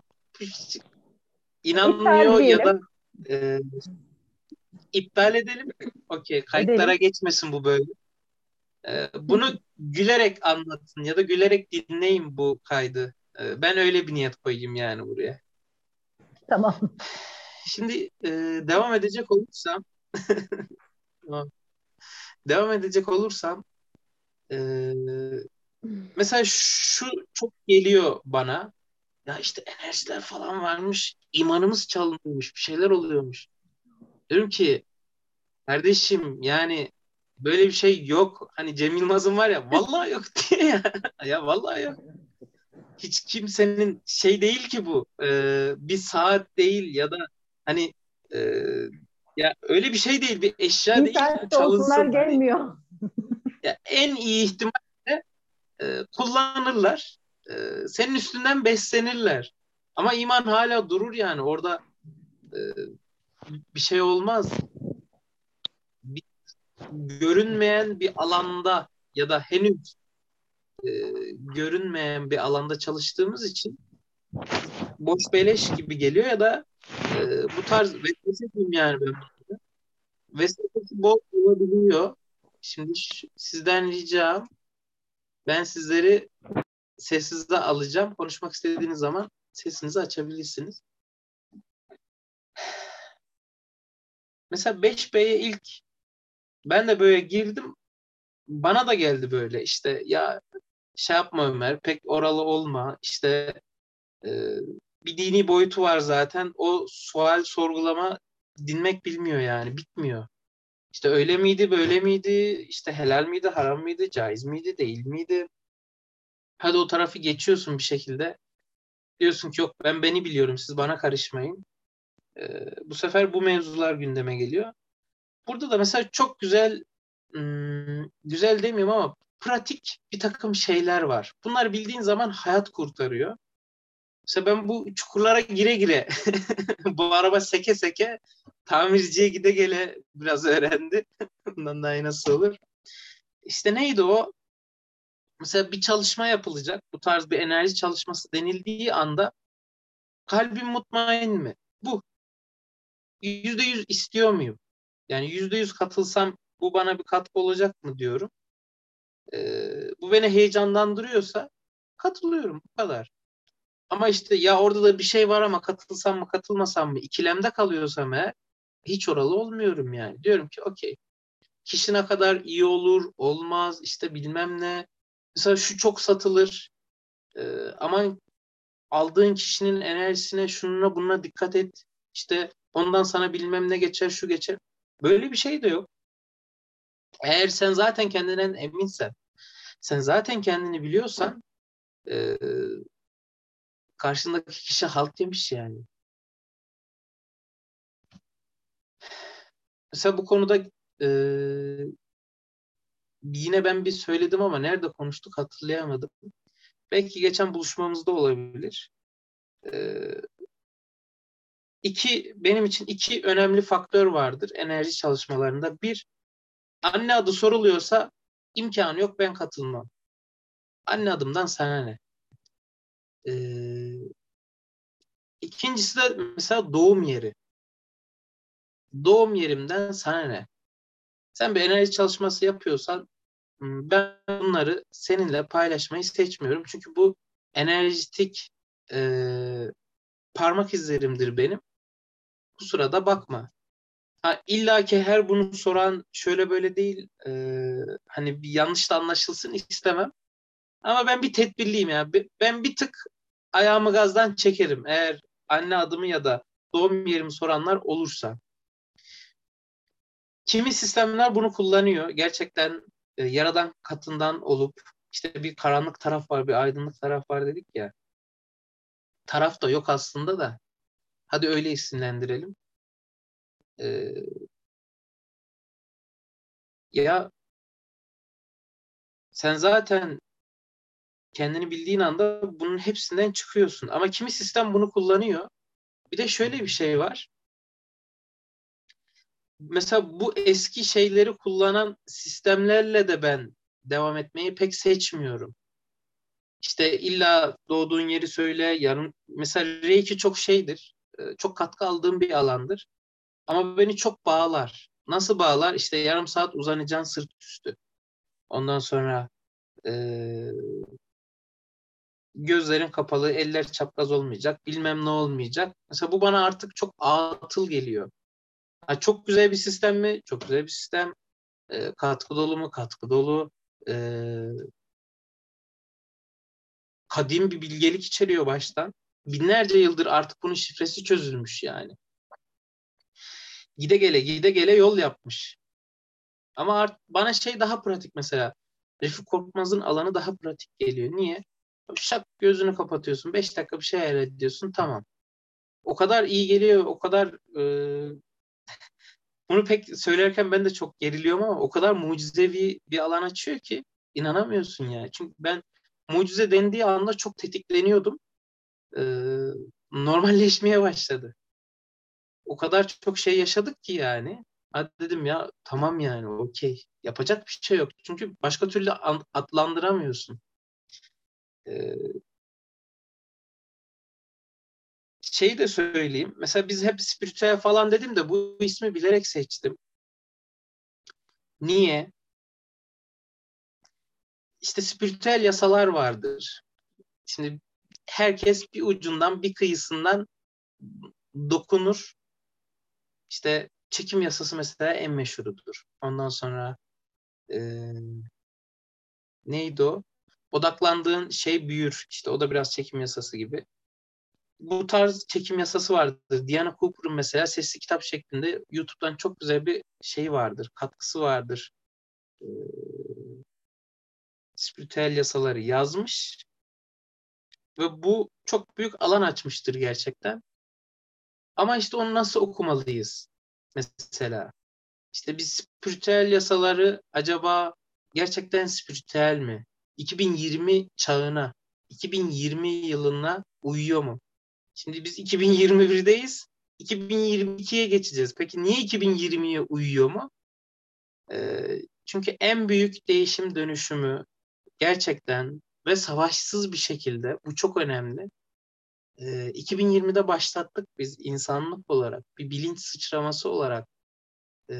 İptal inanmıyor ya diyelim, da e, iptal edelim. Okey, kayıtlara edelim. geçmesin bu böyle. Bunu gülerek anlatın ya da gülerek dinleyin bu kaydı. Ben öyle bir niyet koyayım yani buraya. Tamam. Şimdi devam edecek olursam tamam. Devam edecek olursam e, mesela şu çok geliyor bana. Ya işte enerjiler falan varmış. İmanımız çalınıyormuş. Bir şeyler oluyormuş. Diyorum ki kardeşim yani böyle bir şey yok. Hani Cem Yılmaz'ın var ya vallahi yok diye ya. Ya vallahi yok. Hiç kimsenin şey değil ki bu. Bir saat değil ya da hani e, ya öyle bir şey değil. Bir eşya Bir değil ki saatte olsunlar çalınsın. Hani gelmiyor. ya en iyi ihtimalle kullanırlar. Senin üstünden beslenirler. Ama iman hala durur yani. Orada e, bir şey olmaz. Bir, görünmeyen bir alanda ya da henüz e, görünmeyen bir alanda çalıştığımız için boş beleş gibi geliyor ya da bu tarz vesvese diyeyim yani ben. Vesvesesi bol olabiliyor. Şimdi sizden ricam ben sizleri sessizde alacağım. Konuşmak istediğiniz zaman sesinizi açabilirsiniz. Mesela 5B'ye ilk ben de böyle girdim. Bana da geldi böyle işte ya şey yapma Ömer pek oralı olma işte e, bir dini boyutu var zaten o sual sorgulama dinmek bilmiyor yani bitmiyor. İşte öyle miydi böyle miydi işte helal miydi haram mıydı caiz miydi değil miydi? Hadi o tarafı geçiyorsun bir şekilde diyorsun ki yok ben beni biliyorum siz bana karışmayın. Bu sefer bu mevzular gündeme geliyor. Burada da mesela çok güzel güzel demeyeyim ama pratik bir takım şeyler var. Bunlar bildiğin zaman hayat kurtarıyor. Mesela ben bu çukurlara gire gire bu araba seke seke tamirciye gide gele biraz öğrendi. Bundan daha iyi nasıl olur? İşte neydi o? Mesela bir çalışma yapılacak. Bu tarz bir enerji çalışması denildiği anda kalbim mutmain mi? Bu. %100 istiyor muyum? Yani %100 katılsam bu bana bir katkı olacak mı diyorum. Bu beni heyecanlandırıyorsa katılıyorum bu kadar. Ama işte ya orada da bir şey var ama katılsam mı katılmasam mı ikilemde kalıyorsam eğer hiç oralı olmuyorum yani. Diyorum ki okey, kişi ne kadar iyi olur olmaz işte bilmem ne. Mesela şu çok satılır. Aman aldığın kişinin enerjisine şununa bununa dikkat et. İşte ondan sana bilmem ne geçer şu geçer. Böyle bir şey de yok. Eğer sen zaten kendinden eminsen, sen zaten kendini biliyorsan e, karşındaki kişi halt yemiş yani. Mesela bu konuda e, yine ben bir söyledim ama nerede konuştuk hatırlayamadım. Belki geçen buluşmamızda olabilir. E, benim için iki önemli faktör vardır enerji çalışmalarında. Bir, anne adı soruluyorsa imkanı yok, ben katılmam. Anne adımdan sana ne? E, ikincisi de mesela doğum yeri. Doğum yerimden sana ne? Sen bir enerji çalışması yapıyorsan ben bunları seninle paylaşmayı seçmiyorum. Çünkü bu enerjitik parmak izlerimdir benim. Kusura da bakma. Ha, illa ki her bunu soran şöyle böyle değil. Hani bir yanlış da anlaşılsın istemem. Ama ben bir tedbirliyim ya. Ben bir tık ayağımı gazdan çekerim. Eğer anne adımı ya da doğum yerimi soranlar olursa. Kimi sistemler bunu kullanıyor. Gerçekten yaradan katından olup işte bir karanlık taraf var, bir aydınlık taraf var dedik ya. Taraf da yok aslında da. Hadi öyle isimlendirelim. E, ya sen zaten kendini bildiğin anda bunun hepsinden çıkıyorsun. Ama kimi sistem bunu kullanıyor. Bir de şöyle bir şey var. Mesela bu eski şeyleri kullanan sistemlerle de ben devam etmeyi pek seçmiyorum. İşte illa doğduğun yeri söyle, yarın mesela Reiki çok şeydir. Çok katkı aldığım bir alandır. Ama beni çok bağlar. Nasıl bağlar? İşte yarım saat uzanacaksın sırt üstü. Ondan sonra e, gözlerin kapalı, eller çapraz olmayacak, bilmem ne olmayacak. Mesela bu bana artık çok atıl geliyor. Ha, çok güzel bir sistem mi? Çok güzel bir sistem. Katkı dolu mu? Katkı dolu. E, kadim bir bilgelik içeriyor baştan. Binlerce yıldır artık bunun şifresi çözülmüş yani. Gide gele gide gele yol yapmış. Ama bana şey daha pratik mesela. Refik Korkmaz'ın alanı daha pratik geliyor. Niye? Şak gözünü kapatıyorsun. 5 dakika bir şey hayal ediyorsun. Tamam. O kadar iyi geliyor. O kadar bunu pek söylerken ben de çok geriliyorum ama o kadar mucizevi bir alan açıyor ki inanamıyorsun ya. Çünkü ben mucize dendiği anda çok tetikleniyordum. E, normalleşmeye başladı. O kadar çok şey yaşadık ki yani. Hadi dedim ya tamam yani okey. Yapacak bir şey yok. Çünkü başka türlü adlandıramıyorsun. Ee, şeyi de söyleyeyim. Mesela biz hep spiritüel falan dedim de bu ismi bilerek seçtim. Niye? İşte spiritüel yasalar vardır. Şimdi herkes bir ucundan bir kıyısından dokunur. İşte çekim yasası mesela en meşhurudur. Ondan sonra e, neydi o? Odaklandığın şey büyür. İşte o da biraz çekim yasası gibi. Bu tarz çekim yasası vardır. Diana Cooper'ın mesela sesli kitap şeklinde YouTube'dan çok güzel bir şey vardır. Katkısı vardır. Ee, spiritüel yasaları yazmış ve bu çok büyük alan açmıştır gerçekten. Ama işte onu nasıl okumalıyız? Mesela işte biz spiritüel yasaları acaba gerçekten spiritüel mi? 2020 çağına, 2020 yılına uyuyor mu? Şimdi biz 2021'deyiz. 2022'ye geçeceğiz. Peki niye 2020'ye uyuyor mu? Çünkü en büyük değişim dönüşümü gerçekten ve savaşsız bir şekilde bu çok önemli. 2020'de başlattık biz insanlık olarak, bir bilinç sıçraması olarak, e,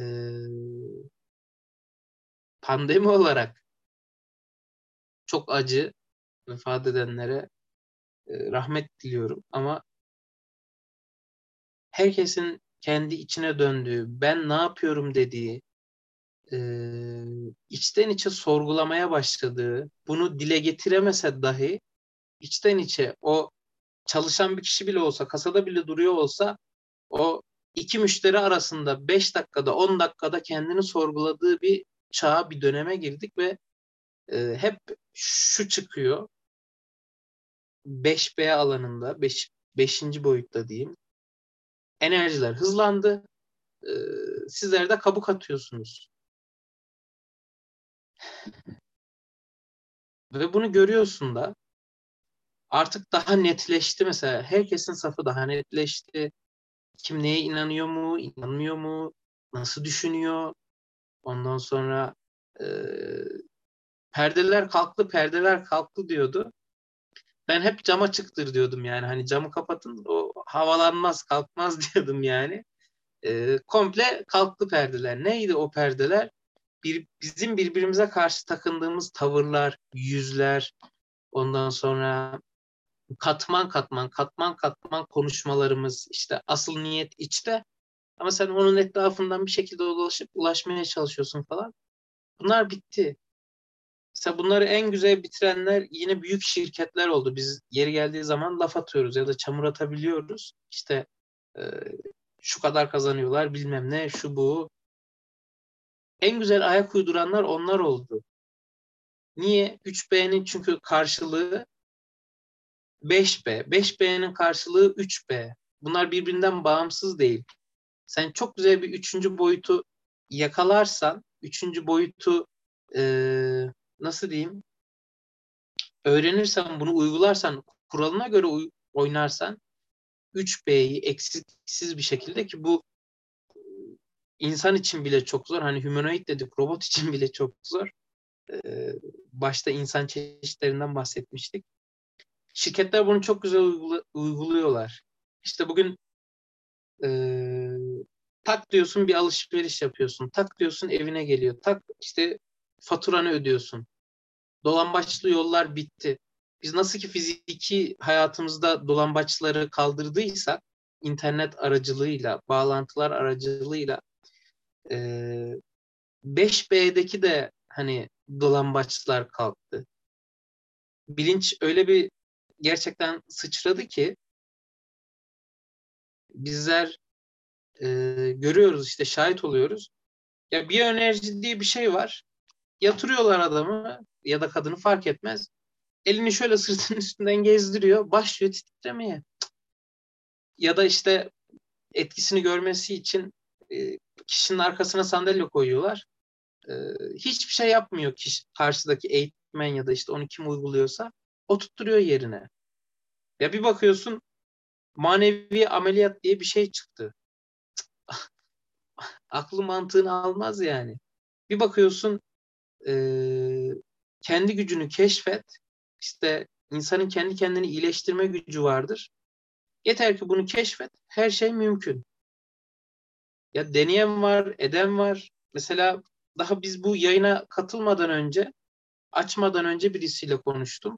pandemi olarak çok acı vefat edenlere rahmet diliyorum ama herkesin kendi içine döndüğü, ben ne yapıyorum dediği, içten içe sorgulamaya başladığı, bunu dile getiremese dahi içten içe o çalışan bir kişi bile olsa, kasada bile duruyor olsa o iki müşteri arasında 5 dakikada, 10 dakikada kendini sorguladığı bir çağa, bir döneme girdik ve hep şu çıkıyor. 5B alanında, 5. boyutta diyeyim. Enerjiler hızlandı. Sizler de kabuk atıyorsunuz. Ve bunu görüyorsun da artık daha netleşti mesela. Herkesin safı daha netleşti. Kim neye inanıyor mu, inanmıyor mu, nasıl düşünüyor? Ondan sonra e, perdeler kalktı diyordu. Ben hep cam açıktır diyordum yani. Hani camı kapatın, o havalanmaz, kalkmaz diyordum yani. Komple kalktı perdeler. Neydi o perdeler? Bizim birbirimize karşı takındığımız tavırlar, yüzler, ondan sonra katman konuşmalarımız, işte asıl niyet içte ama sen onun etrafından bir şekilde dolaşıp ulaşmaya çalışıyorsun falan. Bunlar bitti. Mesela bunları en güzel bitirenler yine büyük şirketler oldu. Biz yeri geldiği zaman laf atıyoruz ya da çamur atabiliyoruz. İşte e, şu kadar kazanıyorlar bilmem ne şu bu. En güzel ayak uyduranlar onlar oldu. Niye? 3B'nin çünkü karşılığı 5B. 5B'nin karşılığı 3B. Bunlar birbirinden bağımsız değil. Sen çok güzel bir üçüncü boyutu yakalarsan, üçüncü boyutu nasıl diyeyim, öğrenirsen, bunu uygularsan, kuralına göre oynarsan 3B'yi eksiksiz bir şekilde, ki bu insan için bile çok zor. Hani humanoid dedik, robot için bile çok zor. Başta insan çeşitlerinden bahsetmiştik. Şirketler bunu çok güzel uyguluyorlar. İşte bugün tak diyorsun bir alışveriş yapıyorsun. Tak diyorsun evine geliyor. Tak işte faturanı ödüyorsun. Dolambaçlı yollar bitti. Biz nasıl ki fiziki hayatımızda dolambaçları kaldırdıysak, internet aracılığıyla, bağlantılar aracılığıyla 5B'deki de hani dolambaçlar kalktı. Bilinç öyle bir gerçekten sıçradı ki bizler görüyoruz, işte şahit oluyoruz. Ya bir enerji diye bir şey var. Yatırıyorlar adamı ya da kadını, fark etmez. Elini şöyle sırtının üstünden gezdiriyor. Başlıyor titremeye. Ya da işte etkisini görmesi için kişinin arkasına sandalye koyuyorlar. Hiçbir şey yapmıyor kişi, karşıdaki eğitmen ya da işte onu kim uyguluyorsa. O tutturuyor yerine. Ya bir bakıyorsun manevi ameliyat diye bir şey çıktı. Aklı mantığını almaz yani. Bir bakıyorsun kendi gücünü keşfet. İşte insanın kendi kendini iyileştirme gücü vardır. Yeter ki bunu keşfet. Her şey mümkün. Ya deneyen var, eden var. Mesela daha biz bu yayına katılmadan önce, açmadan önce birisiyle konuştum.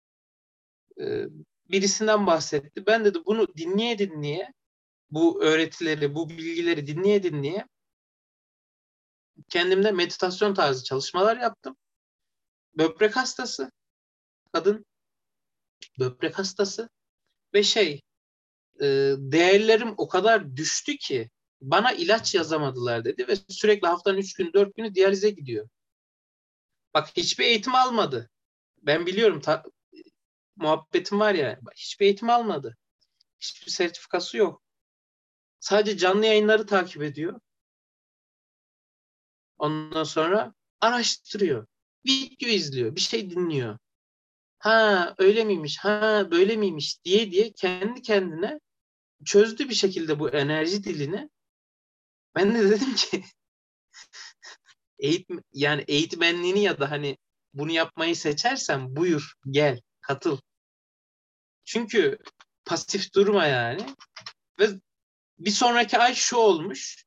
Birisinden bahsetti. Ben dedi bunu dinleye dinleye, bu öğretileri, bu bilgileri dinleye dinleye kendimde meditasyon tarzı çalışmalar yaptım. Böbrek hastası, kadın böbrek hastası ve değerlerim o kadar düştü ki bana ilaç yazamadılar dedi ve sürekli haftanın 3 gün 4 günü diyalize gidiyor. Bak hiçbir eğitim almadı. Ben biliyorum, muhabbetim var ya, hiçbir eğitim almadı. Hiçbir sertifikası yok. Sadece canlı yayınları takip ediyor. Ondan sonra araştırıyor. Video izliyor. Bir şey dinliyor. Ha öyle miymiş, ha böyle miymiş diye diye kendi kendine çözdü bir şekilde bu enerji dilini. Ben de dedim ki yani eğitmenliğini ya da hani bunu yapmayı seçersen buyur gel katıl. Çünkü pasif durma yani. Ve bir sonraki ay şu olmuş.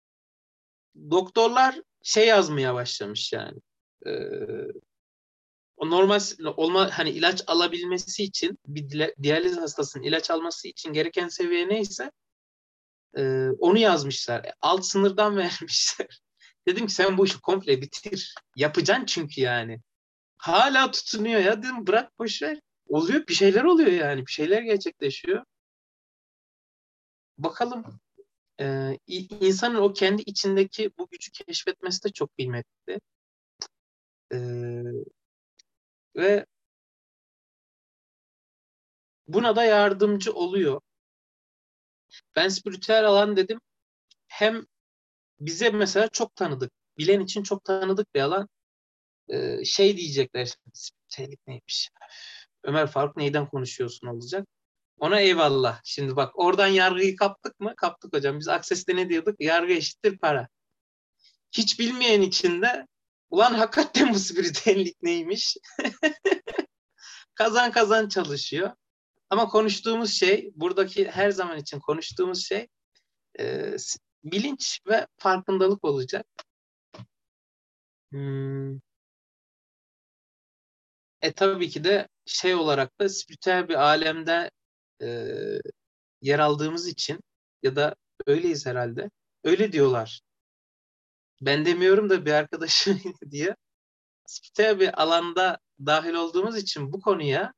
Doktorlar yazmaya başlamış yani. o normal hani ilaç alabilmesi için bir diyaliz hastasının ilaç alması için gereken seviye neyse onu yazmışlar. Alt sınırdan vermişler. Dedim ki sen bu işi komple bitir. Yapacaksın çünkü yani. Hala tutunuyor ya. Dedim bırak boş ver. Oluyor, bir şeyler oluyor yani. Bir şeyler gerçekleşiyor. Bakalım. İnsanın o kendi içindeki bu gücü keşfetmesi de çok kıymetli. Ve buna da yardımcı oluyor. Ben spiritüel alan dedim. Hem bize mesela çok tanıdık. Bilen için çok tanıdık bir alan. Şey diyecekler. Spiritüellik neymiş? Ömer Faruk neyden konuşuyorsun olacak. Ona eyvallah. Şimdi bak oradan yargıyı kaptık mı? Kaptık hocam. Biz Akses'te ne diyorduk? Yargı eşittir para. Hiç bilmeyen için de ulan hakikaten bu spiritüellik neymiş? Kazan kazan çalışıyor. Ama konuştuğumuz şey, buradaki her zaman için konuştuğumuz şey bilinç ve farkındalık olacak. Tabii ki de şey olarak da spiritüel bir alemde yer aldığımız için ya da öyleyiz herhalde. Öyle diyorlar. Ben demiyorum da bir arkadaşım diye. Spiritüel bir alanda dahil olduğumuz için bu konuya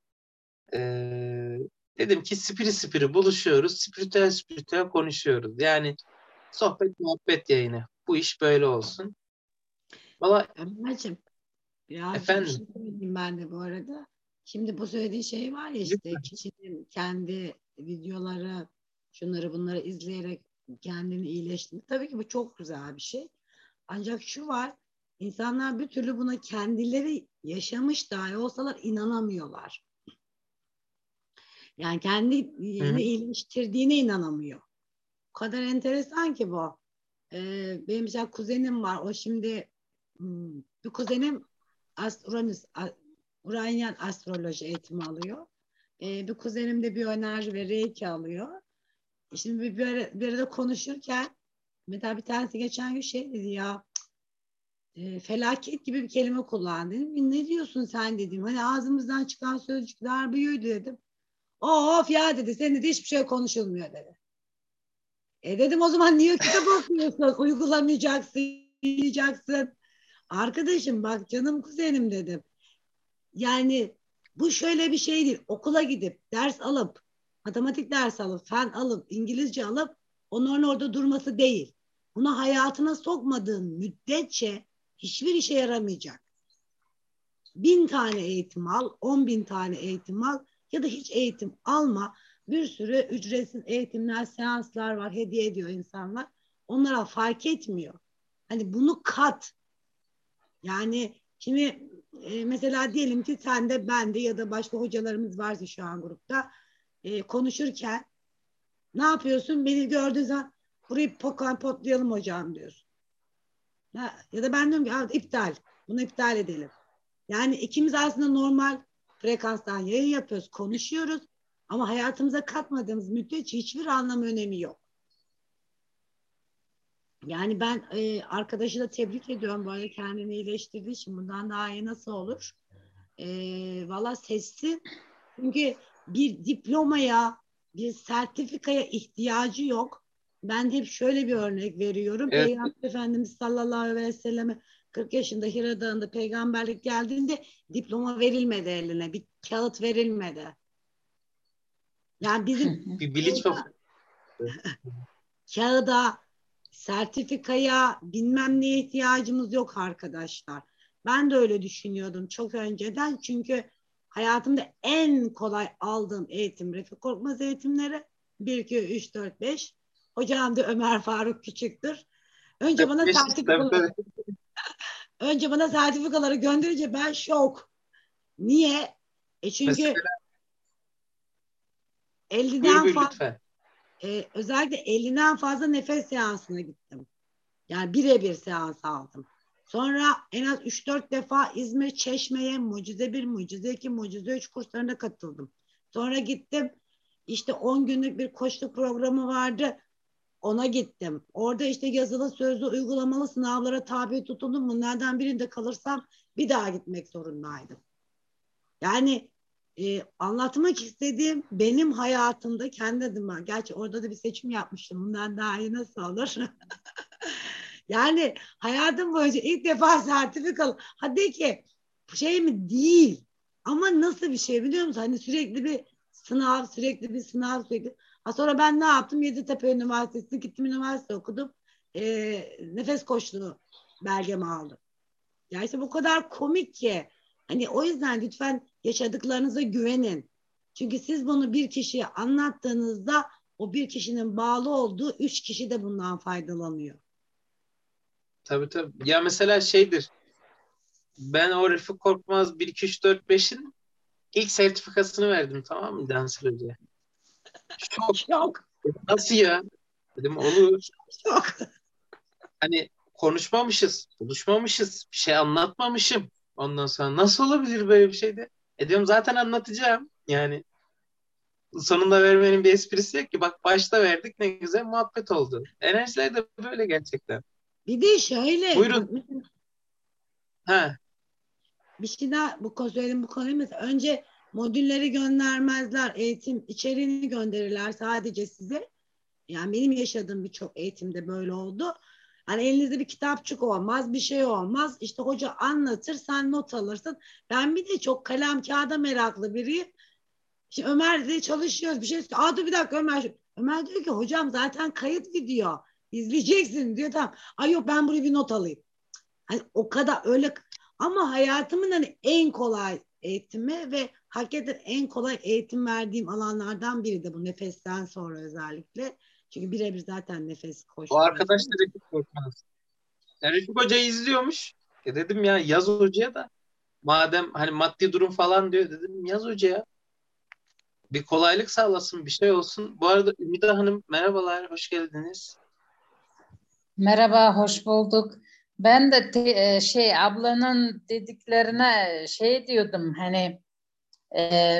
dedim ki spiri buluşuyoruz. Spiritüel konuşuyoruz. Yani sohbet muhabbet yayını. Bu iş böyle olsun. Valla Ömerciğim, birazcık bir efendim. şey söyleyeyim ben de bu arada. Şimdi bu söylediğin şey var ya, işte kişinin kendi videoları, şunları bunları izleyerek kendini iyileştirmek. Tabii ki bu çok güzel bir şey. Ancak şu var, insanlar bir türlü buna kendileri yaşamış dahi olsalar inanamıyorlar. Yani kendini iyileştirdiğine inanamıyor. O kadar enteresan ki bu. Benim mesela kuzenim var. O şimdi bir kuzenim Uranian astroloji eğitimi alıyor. Bir kuzenim de biyoenerji ve reiki alıyor. Şimdi bir arada konuşurken mesela bir tanesi geçen gün şey dedi ya, felaket gibi bir kelime kullandı. Dedim, ne diyorsun sen dedim. Hani ağzımızdan çıkan sözcükler büyüdü dedim. Of ya dedi, senin de hiçbir şey konuşulmuyor dedi. Dedim o zaman niye kitap okuyorsun? Uygulamayacaksın, yiyeceksin. Arkadaşım bak canım kuzenim dedim. Yani bu şöyle bir şey değil. Okula gidip ders alıp, matematik ders alıp, fen alıp, İngilizce alıp onların orada durması değil. Bunu hayatına sokmadığın müddetçe hiçbir işe yaramayacak. 1000 tane eğitim al, 10.000 tane eğitim al ya da hiç eğitim alma. Bir sürü ücretsiz eğitimler, seanslar var, hediye ediyor insanlar. Onlara fark etmiyor. Hani bunu kat. Yani şimdi mesela diyelim ki sen de ben de ya da başka hocalarımız varsa şu an grupta konuşurken ne yapıyorsun? Beni gördüğün zaman burayı potlayalım hocam diyorsun. Ya da ben diyorum ki iptal. Bunu iptal edelim. Yani ikimiz aslında normal frekanstan yayın yapıyoruz, konuşuyoruz ama hayatımıza katmadığımız müddetçe hiçbir anlam önemi yok. Yani ben arkadaşı da tebrik ediyorum, böyle kendini iyileştirdiği için. Bundan daha iyi nasıl olur? Valla sesli. Çünkü bir diplomaya, bir sertifikaya ihtiyacı yok. Ben hep şöyle bir örnek veriyorum. Evet. Peygamber Efendimiz sallallahu aleyhi ve selleme 40 yaşında Hira Dağı'nda peygamberlik geldiğinde diploma verilmedi eline. Bir kağıt verilmedi. Yani bizim Bir bilinç kağıda, sertifikaya, bilmem neye ihtiyacımız yok arkadaşlar. Ben de öyle düşünüyordum çok önceden. Çünkü hayatımda en kolay aldığım eğitim Refik Korkmaz eğitimleri. 1, 2, 3, 4, 5. Hocam da Ömer Faruk Küçük'tür. Önce bana sertifikaları gönderince ben şok. Niye? Çünkü mesela, 50'den buyur fazla lütfen. Özellikle 50'den fazla nefes seansına gittim. Yani birebir seans aldım. Sonra en az 3-4 defa İzmir Çeşme'ye Mucize 1, Mucize 2, Mucize 3 kurslarına katıldım. Sonra gittim. İşte 10 günlük bir koçluk programı vardı. Ona gittim. Orada işte yazılı, sözlü, uygulamalı sınavlara tabi tutundum. Bunlardan birinde kalırsam bir daha gitmek zorundaydım. Yani anlatmak istediğim benim hayatımda kendi adıma. Gerçi orada da bir seçim yapmıştım. Bundan daha iyi nasıl olur? Yani hayatım boyunca ilk defa sertifikalı. Hadi ki şey mi değil. Ama nasıl bir şey biliyor musun? Hani sürekli bir sınav, sürekli bir sınav, sürekli. Ha sonra ben ne yaptım? Yeditepe Üniversitesi'ne gittim, üniversite okudum. Nefes koçluğu belgemi aldım. Ya işte bu kadar komik ki. Hani o yüzden lütfen yaşadıklarınıza güvenin. Çünkü siz bunu bir kişiye anlattığınızda o bir kişinin bağlı olduğu 3 kişi de bundan faydalanıyor. Tabii tabii. Ya mesela şeydir. Ben o Refik Korkmaz 1 2 3 4 5'in ilk sertifikasını verdim, tamam mı, Dansır Hoca'ya. Şok. Çok, Nasıl ya? Dedim olur. çok. Hani konuşmamışız, buluşmamışız, bir şey anlatmamışım. Ondan sonra nasıl olabilir böyle bir şey de? Diyorum zaten anlatacağım. Yani sonunda vermenin bir esprisi yok ki. Bak başta verdik, ne güzel muhabbet oldu. Enerjiler de böyle gerçekten. Bir de şöyle bak, Buyurun. Ha, bir şey daha söyleyeyim bu konuyu mesela. Önce modülleri göndermezler. Eğitim içeriğini gönderirler sadece size. Yani benim yaşadığım birçok eğitimde böyle oldu. Hani elinizde bir kitapçık olmaz, bir şey olmaz. İşte hoca anlatır, sen not alırsın. Ben bir de çok kalem kağıda meraklı biriyim. Şimdi Ömer de çalışıyoruz. Bir şey söylüyor. Aa dur bir dakika Ömer. Ömer diyor ki hocam zaten kayıt video. İzleyeceksin diyor. Tamam. Ay yok ben buraya bir not alayım. Hani o kadar öyle ama hayatımın hani en kolay eğitimi ve hakikaten en kolay eğitim verdiğim alanlardan biri de bu nefesten sonra özellikle. Çünkü birebir zaten nefes o koştu. arkadaş da Refik Korkmaz. Yani Refik Hoca'yı izliyormuş. Dedim ya yaz hocaya da, madem hani maddi durum falan diyor, dedim yaz hocaya. Bir kolaylık sağlasın, bir şey olsun. Bu arada Ümide Hanım merhabalar, hoş geldiniz. Merhaba, hoş bulduk. Ben de ablanın dediklerine şey diyordum hani e,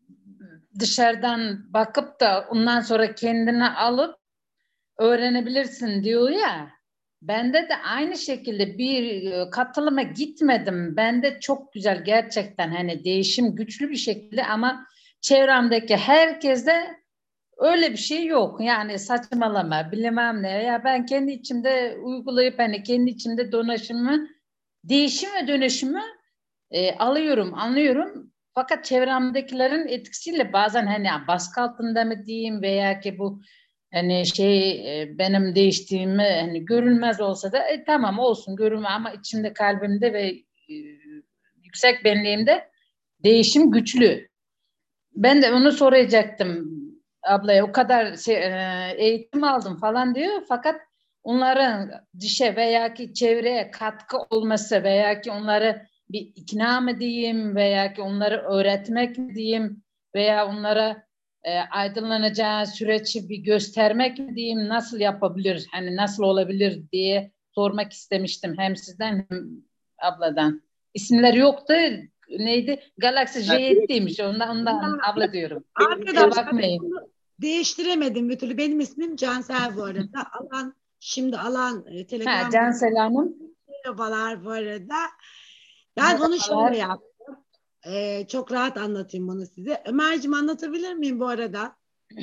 dışarıdan bakıp da ondan sonra kendine alıp öğrenebilirsin diyor ya. Bende de aynı şekilde bir katılıma gitmedim. Bende çok güzel gerçekten hani değişim güçlü bir şekilde ama çevremdeki herkeste öyle bir şey yok. Yani saçmalama, bilemem ne. Ya ben kendi içimde uygulayıp hani kendi içimde değişim ve dönüşümü alıyorum, anlıyorum. Fakat çevremdekilerin etkisiyle bazen hani baskı altında mı diyeyim veya ki bu hani benim değiştiğimi hani görülmez olsa da tamam olsun görünme ama içimde kalbimde ve yüksek benliğimde değişim güçlü. Ben de onu soracaktım ablaya. O kadar eğitim aldım falan diyor. Fakat onların dişe veya ki çevreye katkı olması veya ki onları bir ikna mı diyeyim veya ki onları öğretmek mi diyeyim veya onlara aydınlanacağı süreci bir göstermek mi diyeyim nasıl yapabilir hani nasıl olabilir diye sormak istemiştim hem sizden hem abladan. İsimleri yoktu. Neydi? Galaxy J7'ymiş. Ondan abla diyorum. Kusura Arkadaşlar bakmayın. değiştiremedim bir türlü. Benim ismim Cansel bu arada. Alan Ha, Telegram Cansel Hanım. merhabalar bu arada. Ben onu Merhabalar. şöyle yaptım. Çok rahat anlatayım bunu size. Ömerciğim anlatabilir miyim bu arada?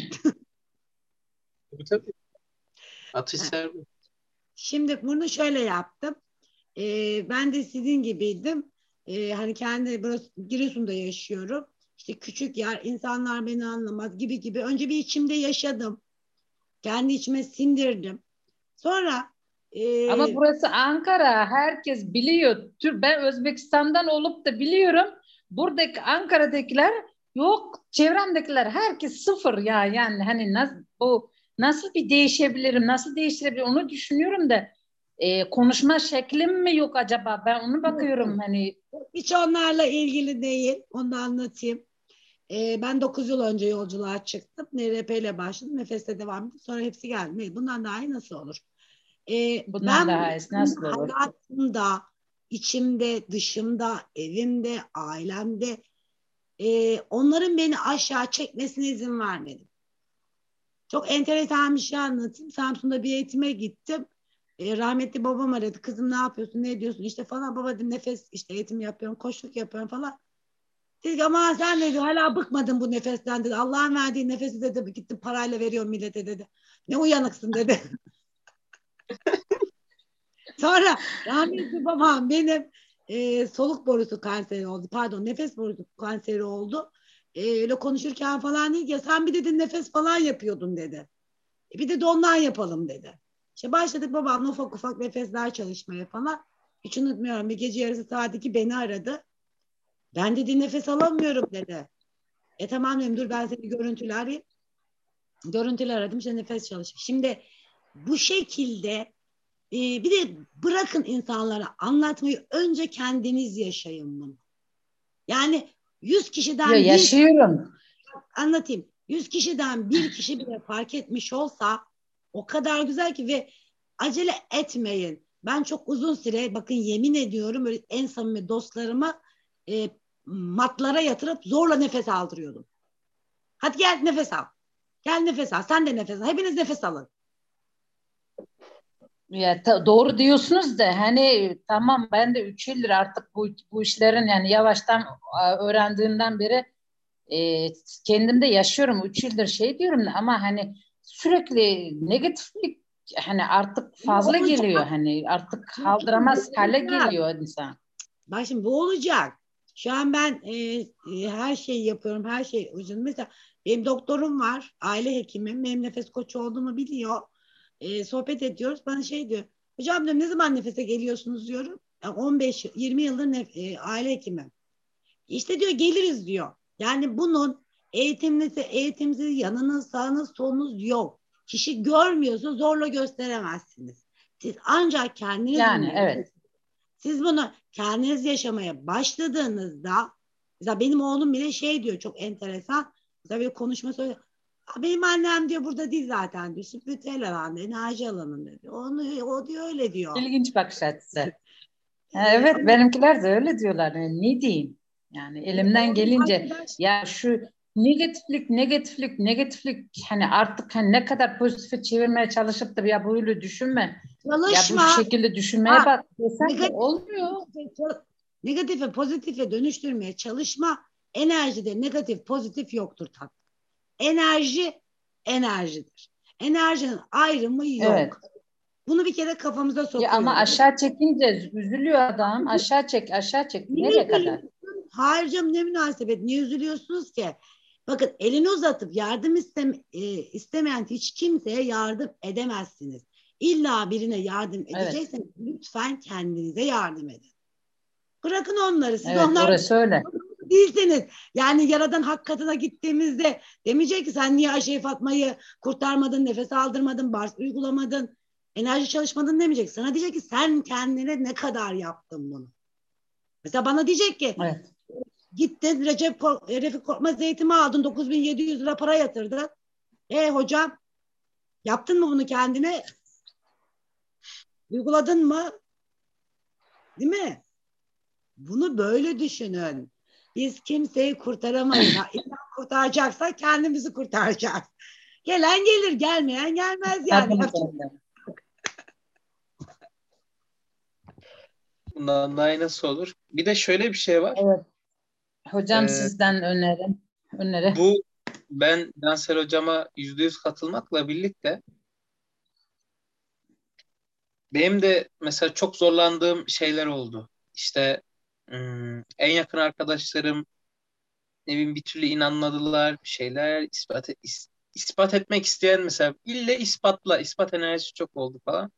Tabii tabii. Atış serbest. Şimdi bunu şöyle yaptım. Ben de sizin gibiydim. Hani burası Giresun'da yaşıyorum. İşte küçük yer, insanlar beni anlamaz gibi gibi. Önce bir içimde yaşadım. Kendi içime sindirdim. Sonra Ama burası Ankara. Herkes biliyor. Ben Özbekistan'dan olup da biliyorum. Buradaki Ankara'dakiler yok. Çevremdekiler herkes sıfır ya. Yani hani nasıl bir değişebilirim? Nasıl değiştirebilirim? Onu düşünüyorum da konuşma şeklim mi yok acaba? Ben onu bakıyorum hani. hiç onlarla ilgili değil. Onu da anlatayım. Ben 9 yıl önce yolculuğa çıktım. NRP ile başladım. Nefeste devam ettim. Sonra hepsi geldi. Bundan daha iyi nasıl olur? Bundan Ben daha iyi nasıl olur? hayatımda, içimde, dışımda, evimde, ailemde onların beni aşağı çekmesine izin vermedim. Çok enteresan bir şey anlatayım. Samsun'da bir eğitime gittim. Rahmetli babam aradı. Kızım ne yapıyorsun, ne ediyorsun? İşte falan baba dedim nefes işte eğitim yapıyorum, koçluk yapıyorum falan. Dedi ki ama sen dedi hala bıkmadın bu nefesten dedi. Allah'ın verdiği nefesi dedi gittim parayla veriyorum millete dedi. Ne uyanıksın dedi. Sonra rahmetli babam benim soluk borusu kanseri oldu. Pardon nefes borusu kanseri oldu. Öyle konuşurken falan değil ya sen bir dedi nefes falan yapıyordun dedi. Bir de ondan yapalım dedi. İşte başladık babamla ufak ufak nefesler çalışmaya falan. Hiç unutmuyorum bir gece yarısı saat 2 beni aradı. Ben dedi nefes alamıyorum dedi. Tamam dedim dur ben seni görüntülü arayayım. Görüntülü aradım işte nefes çalışıyor. Şimdi bu şekilde bir de bırakın insanlara anlatmayı önce kendiniz yaşayın bunu. Yani 100 kişiden bir Yaşıyorum. anlatayım. 100 kişiden bir kişi bile fark etmiş olsa o kadar güzel ki ve acele etmeyin. Ben çok uzun süre bakın yemin ediyorum böyle en samimi dostlarımı matlara yatırıp zorla nefes aldırıyordum. Hadi gel nefes al. Gel nefes al. Sen de nefes al. Hepiniz nefes alın. Ya doğru diyorsunuz da hani tamam ben de 3 yıldır artık bu işlerin yani yavaştan öğrendiğimden beri kendimde yaşıyorum. 3 yıldır şey diyorum ama hani sürekli negatiflik hani artık fazla geliyor hani artık kaldıramaz hale geliyor insan. Bak şimdi bu olacak. Şu an ben her şeyi yapıyorum. Her şey uzun. Mesela benim doktorum var. Aile hekimim. Benim nefes koçu olduğumu biliyor. Sohbet ediyoruz. Bana şey diyor. Hocam diyorum ne zaman nefese geliyorsunuz diyorum. 15-20 yıldır aile hekimim. İşte diyor geliriz diyor. Yani bunun eğitimsiz yanınız sağınız solunuz yok. Kişi görmüyorsa zorla gösteremezsiniz. Siz ancak kendiniz Yani bunu evet. Siz bunu kendiniz yaşamaya başladığınızda mesela benim oğlum bile şey diyor çok enteresan. Mesela bir konuşma söylüyor. Benim annem diyor burada değil zaten diyor. Spiritüel alanda, enerji alanında diyor. O diyor öyle diyor. İlginç bakış açısı. Evet benimkiler de öyle diyorlar. Yani ne diyeyim? Yani elimden gelince ya şu negatiflik hani artık hani ne kadar pozitife çevirmeye çalışıp da ya böyle düşünme. Çalışma. Ya bu şekilde düşünmeye bak desem de olmuyor. Negatife pozitife dönüştürmeye çalışma enerjide negatif pozitif yoktur tatlım. Enerji enerjidir. Enerjinin ayrımı yok. Evet. Bunu bir kere kafamıza sokuyoruz. Ya ama aşağı çekince üzülüyor adam. Aşağı çek. Nereye kadar? Hayır canım ne münasebet. Niye üzülüyorsunuz ki? Bakın elini uzatıp yardım istemeyen hiç kimseye yardım edemezsiniz. İlla birine yardım edecekseniz lütfen kendinize yardım edin. Bırakın onları. Siz evet, onlar orası öyle. değilsiniz. Yani Yaradan hak katına gittiğimizde demeyecek ki sen niye Ayşe Fatma'yı kurtarmadın, nefes aldırmadın, bars uygulamadın, enerji çalışmadın demeyecek. Sana diyecek ki sen kendine ne kadar yaptın bunu. Mesela bana diyecek ki gittin Refik Korkmaz eğitimi aldın 9.700 lira para yatırdın. Hocam yaptın mı bunu kendine? Uyguladın mı? Değil mi? Bunu böyle düşünün. Biz kimseyi kurtaramayız. İlla kurtaracaksa kendimizi kurtaracağız. Gelen gelir, gelmeyen gelmez yani. Bundan daha iyi nasıl olur? Bir de şöyle bir şey var. Evet. Hocam sizden öneri. Bu ben Cansel hocama %100 katılmakla birlikte benim de mesela çok zorlandığım şeyler oldu. İşte en yakın arkadaşlarım ne bileyim bir türlü inanmadılar, bir şeyler ispat etmek isteyen mesela ispat enerjisi çok oldu falan.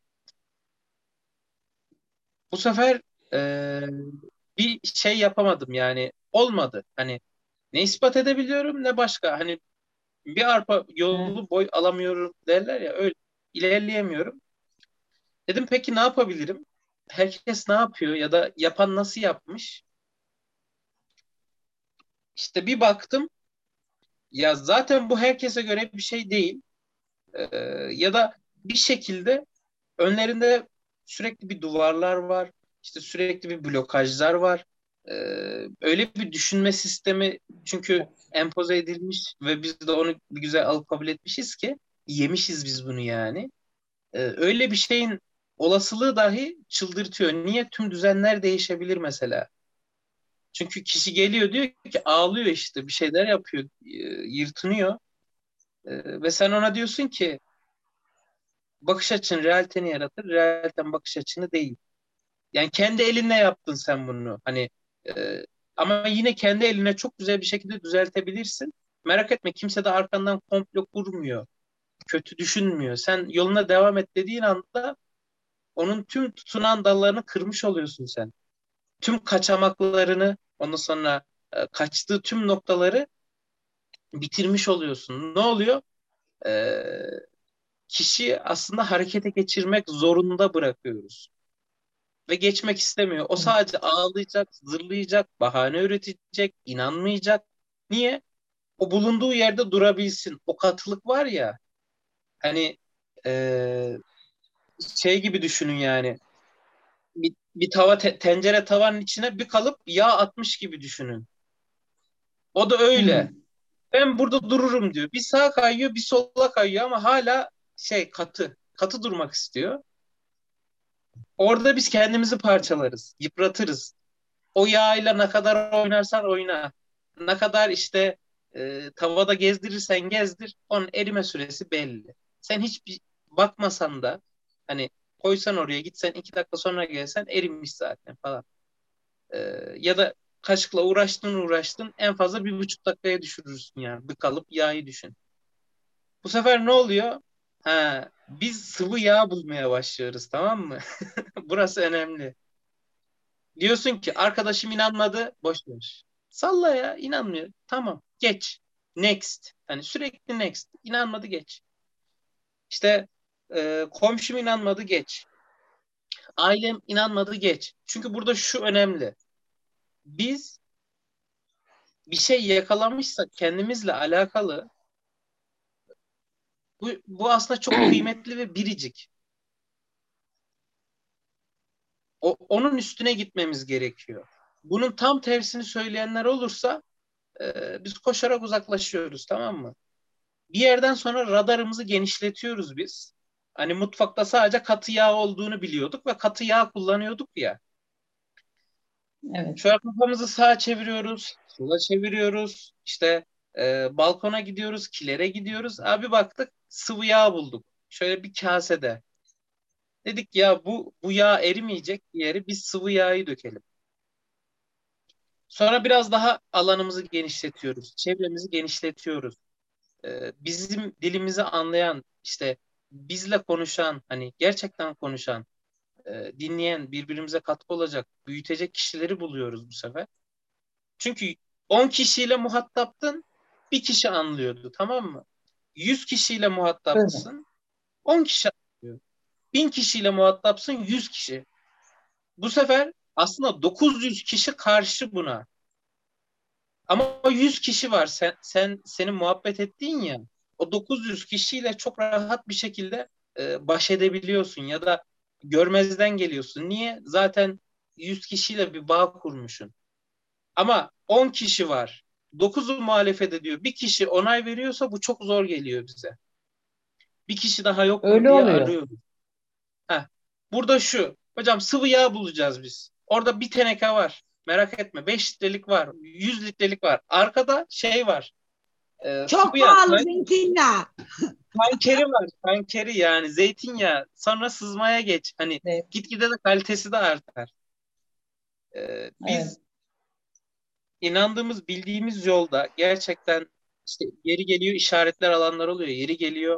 Bu sefer bir şey yapamadım yani olmadı. Hani ne ispat edebiliyorum ne başka. Hani bir arpa yolu boy alamıyorum derler ya öyle ilerleyemiyorum. Dedim peki ne yapabilirim? Herkes ne yapıyor ya da yapan nasıl yapmış? İşte bir baktım ya zaten bu herkese göre bir şey değil. Ya da bir şekilde önlerinde sürekli bir duvarlar var. İşte sürekli bir blokajlar var. Öyle bir düşünme sistemi çünkü empoze edilmiş ve biz de onu bir güzel alıp kabul etmişiz ki yemişiz biz bunu yani. Öyle bir şeyin olasılığı dahi çıldırtıyor. Niye? Tüm düzenler değişebilir mesela. Çünkü kişi geliyor diyor ki ağlıyor işte bir şeyler yapıyor, yırtınıyor. Ve sen ona diyorsun ki bakış açın realiteni yaratır, realiten bakış açını değil. Yani kendi elinle yaptın sen bunu. Hani e, ama yine kendi eline çok güzel bir şekilde düzeltebilirsin. Merak etme kimse de arkandan komplo kurmuyor. Kötü düşünmüyor. Sen yoluna devam et dediğin anda onun tüm tutunan dallarını kırmış oluyorsun sen. Tüm kaçamaklarını, ondan sonra kaçtığı tüm noktaları bitirmiş oluyorsun. Ne oluyor? E, Kişi aslında harekete geçirmek zorunda bırakıyoruz. Ve geçmek istemiyor. O sadece ağlayacak, zırlayacak, bahane üretecek, inanmayacak. Niye? O bulunduğu yerde durabilsin. O katılık var ya, hani e, şey gibi düşünün yani. Bir tava tencere tavanın içine bir kalıp yağ atmış gibi düşünün. O da öyle. Ben burada dururum diyor. Bir sağa kayıyor, bir sola kayıyor ama hala şey katı. Katı durmak istiyor. Orada biz kendimizi parçalarız, yıpratırız. O yağıyla ne kadar oynarsan oyna. Ne kadar işte tavada gezdirirsen gezdir. Onun erime süresi belli. Sen hiç bakmasan da hani koysan oraya gitsen 2 dakika sonra gelsen erimiş zaten falan. E, Ya da kaşıkla uğraştın en fazla 1,5 dakikaya düşürürsün yani. Bir kalıp yağı düşün. Bu sefer ne oluyor? Ha, biz sıvı yağ bulmaya başlıyoruz, tamam mı? Burası önemli. Diyorsun ki arkadaşım inanmadı, boş ver. Salla ya, inanmıyor. Tamam, geç. Next. Hani sürekli next. İnanmadı, geç. İşte komşum inanmadı, geç. Ailem inanmadı, geç. Çünkü burada şu önemli. Biz bir şey yakalamışsak kendimizle alakalı bu aslında çok kıymetli ve biricik. Onun üstüne gitmemiz gerekiyor. Bunun tam tersini söyleyenler olursa biz koşarak uzaklaşıyoruz, tamam mı? Bir yerden sonra radarımızı genişletiyoruz biz. Hani mutfakta sadece katı yağ olduğunu biliyorduk ve katı yağ kullanıyorduk ya. Evet. Şu an kafamızı sağa çeviriyoruz, sola çeviriyoruz. İşte balkona gidiyoruz, kilere gidiyoruz. Abi baktık sıvı yağ bulduk. Şöyle bir kasede. Dedik ya bu yağ erimeyecek diğeri biz sıvı yağı dökelim. Sonra biraz daha alanımızı genişletiyoruz, çevremizi genişletiyoruz. Bizim dilimizi anlayan, işte bizle konuşan, hani gerçekten konuşan, dinleyen, birbirimize katkı olacak, büyütecek kişileri buluyoruz bu sefer. Çünkü 10 kişiyle muhataptın, bir kişi anlıyordu, tamam mı? 100 kişiyle Öyle. muhatapsın, 10 kişi anlıyor. 1000 kişiyle muhatapsın, 100 kişi. Bu sefer aslında 900 kişi karşı buna. Ama 100 kişi var. Senin muhabbet ettiğin ya. O 900 kişiyle çok rahat bir şekilde baş edebiliyorsun ya da görmezden geliyorsun. Niye? Zaten 100 kişiyle bir bağ kurmuşsun. Ama 10 kişi var. 9'u muhalefet ediyor. Bir kişi onay veriyorsa bu çok zor geliyor bize. Bir kişi daha yok mu Öyle diye oluyor. arıyoruz. Heh. Burada şu. Hocam sıvı yağ bulacağız biz. Orada bir teneke var. Merak etme. 5 litrelik var. 100 litrelik var. Arkada şey var. Sıvı Çok yağ. pahalı zeytinyağı. Tankeri var. Tankeri yani. Zeytinyağı. Sonra sızmaya geç. Hani Evet. gitgide de kalitesi de artar. Biz Evet. inandığımız, bildiğimiz yolda gerçekten işte yeri geliyor işaretler alanlar oluyor. Yeri geliyor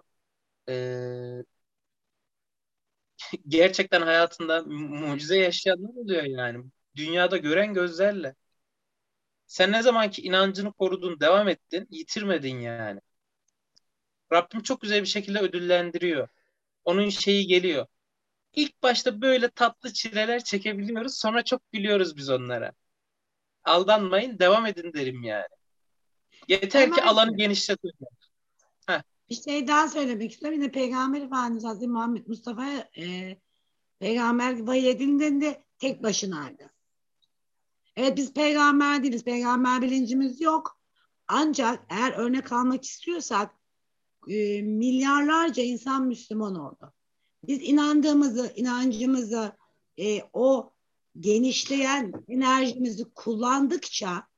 gerçekten hayatında mucize yaşayanlar oluyor yani. Dünyada gören gözlerle. Sen ne zamanki inancını korudun, devam ettin, yitirmedin yani. Rabbim çok güzel bir şekilde ödüllendiriyor. Onun şeyi geliyor. İlk başta böyle tatlı çileler çekebiliyoruz. Sonra çok gülüyoruz biz onlara. Aldanmayın, devam edin derim yani. Yeter ki Hemen alanı genişletin. Heh. bir şey daha söylemek istiyorum. Yine Peygamber Efendimiz Hazreti Muhammed Mustafa peygamber vahiy edildiğinde tek başınaydı. Evet biz peygamber değiliz. Peygamber bilincimiz yok. Ancak eğer örnek almak istiyorsak milyarlarca insan Müslüman oldu. Biz inancımızı o genişleyen enerjimizi kullandıkça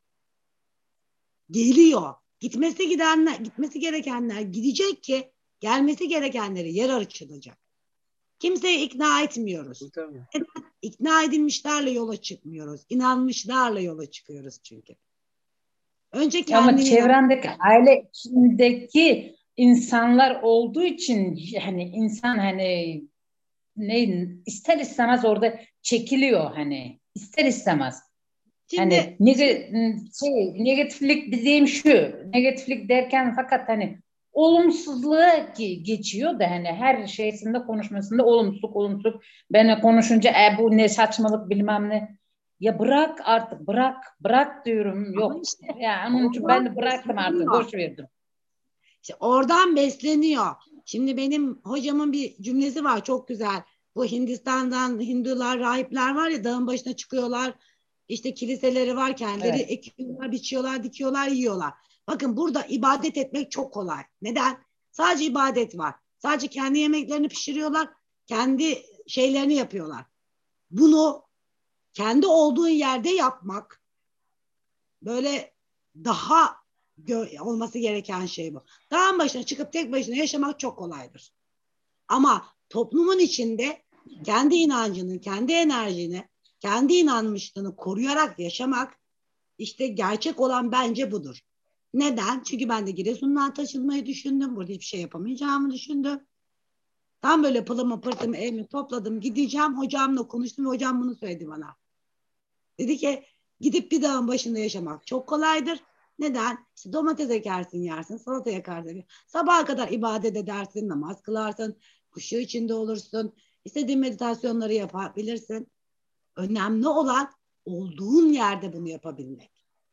geliyor. Gitmesi gerekenler gidecek ki gelmesi gerekenleri yer açılacak. Kimseyi ikna etmiyoruz. Tabii. İkna edilmişlerle yola çıkmıyoruz. İnanmışlarla yola çıkıyoruz çünkü. Önce Ama kendini çevrendeki aile içindeki insanlar olduğu için hani insan hani ne ister istemez orada çekiliyor hani ister istemez. Şimdi Hani negatiflik dediğim şu, negatiflik derken fakat hani olumsuzluğa geçiyor da hani her şeysinde konuşmasında olumsuzluk. Ben konuşunca bu ne saçmalık bilmem ne. Ya bırak artık bırak diyorum yok. Ama işte Ya onun için ben de bıraktım artık besleniyor. boş verdim. İşte oradan besleniyor. Şimdi benim hocamın bir cümlesi var çok güzel. Bu Hindistan'dan Hindular, rahipler var ya dağın başına çıkıyorlar. İşte kiliseleri var kendileri Evet. ekiyorlar, biçiyorlar, dikiyorlar, yiyorlar. Bakın burada ibadet etmek çok kolay. Neden? Sadece ibadet var. Sadece kendi yemeklerini pişiriyorlar. Kendi şeylerini yapıyorlar. Bunu kendi olduğun yerde yapmak böyle daha olması gereken şey bu. Dağın başına çıkıp tek başına yaşamak çok kolaydır. Ama toplumun içinde kendi inancını, kendi enerjini, kendi inanmışlığını koruyarak yaşamak işte gerçek olan bence budur. Neden? Çünkü ben de Giresun'dan taşınmayı düşündüm. Burada hiçbir şey yapamayacağımı düşündüm. Tam böyle pılımı pırtımı elimi topladım gideceğim. Hocamla konuştum ve hocam bunu söyledi bana. Dedi ki gidip bir dağın başında yaşamak çok kolaydır. Neden? İşte domates ekersin yersin, salata yakarsın. Sabaha kadar ibadet edersin, namaz kılarsın, huşu içinde olursun. İstediğin meditasyonları yapabilirsin. Önemli olan olduğun yerde bunu yapabilmek.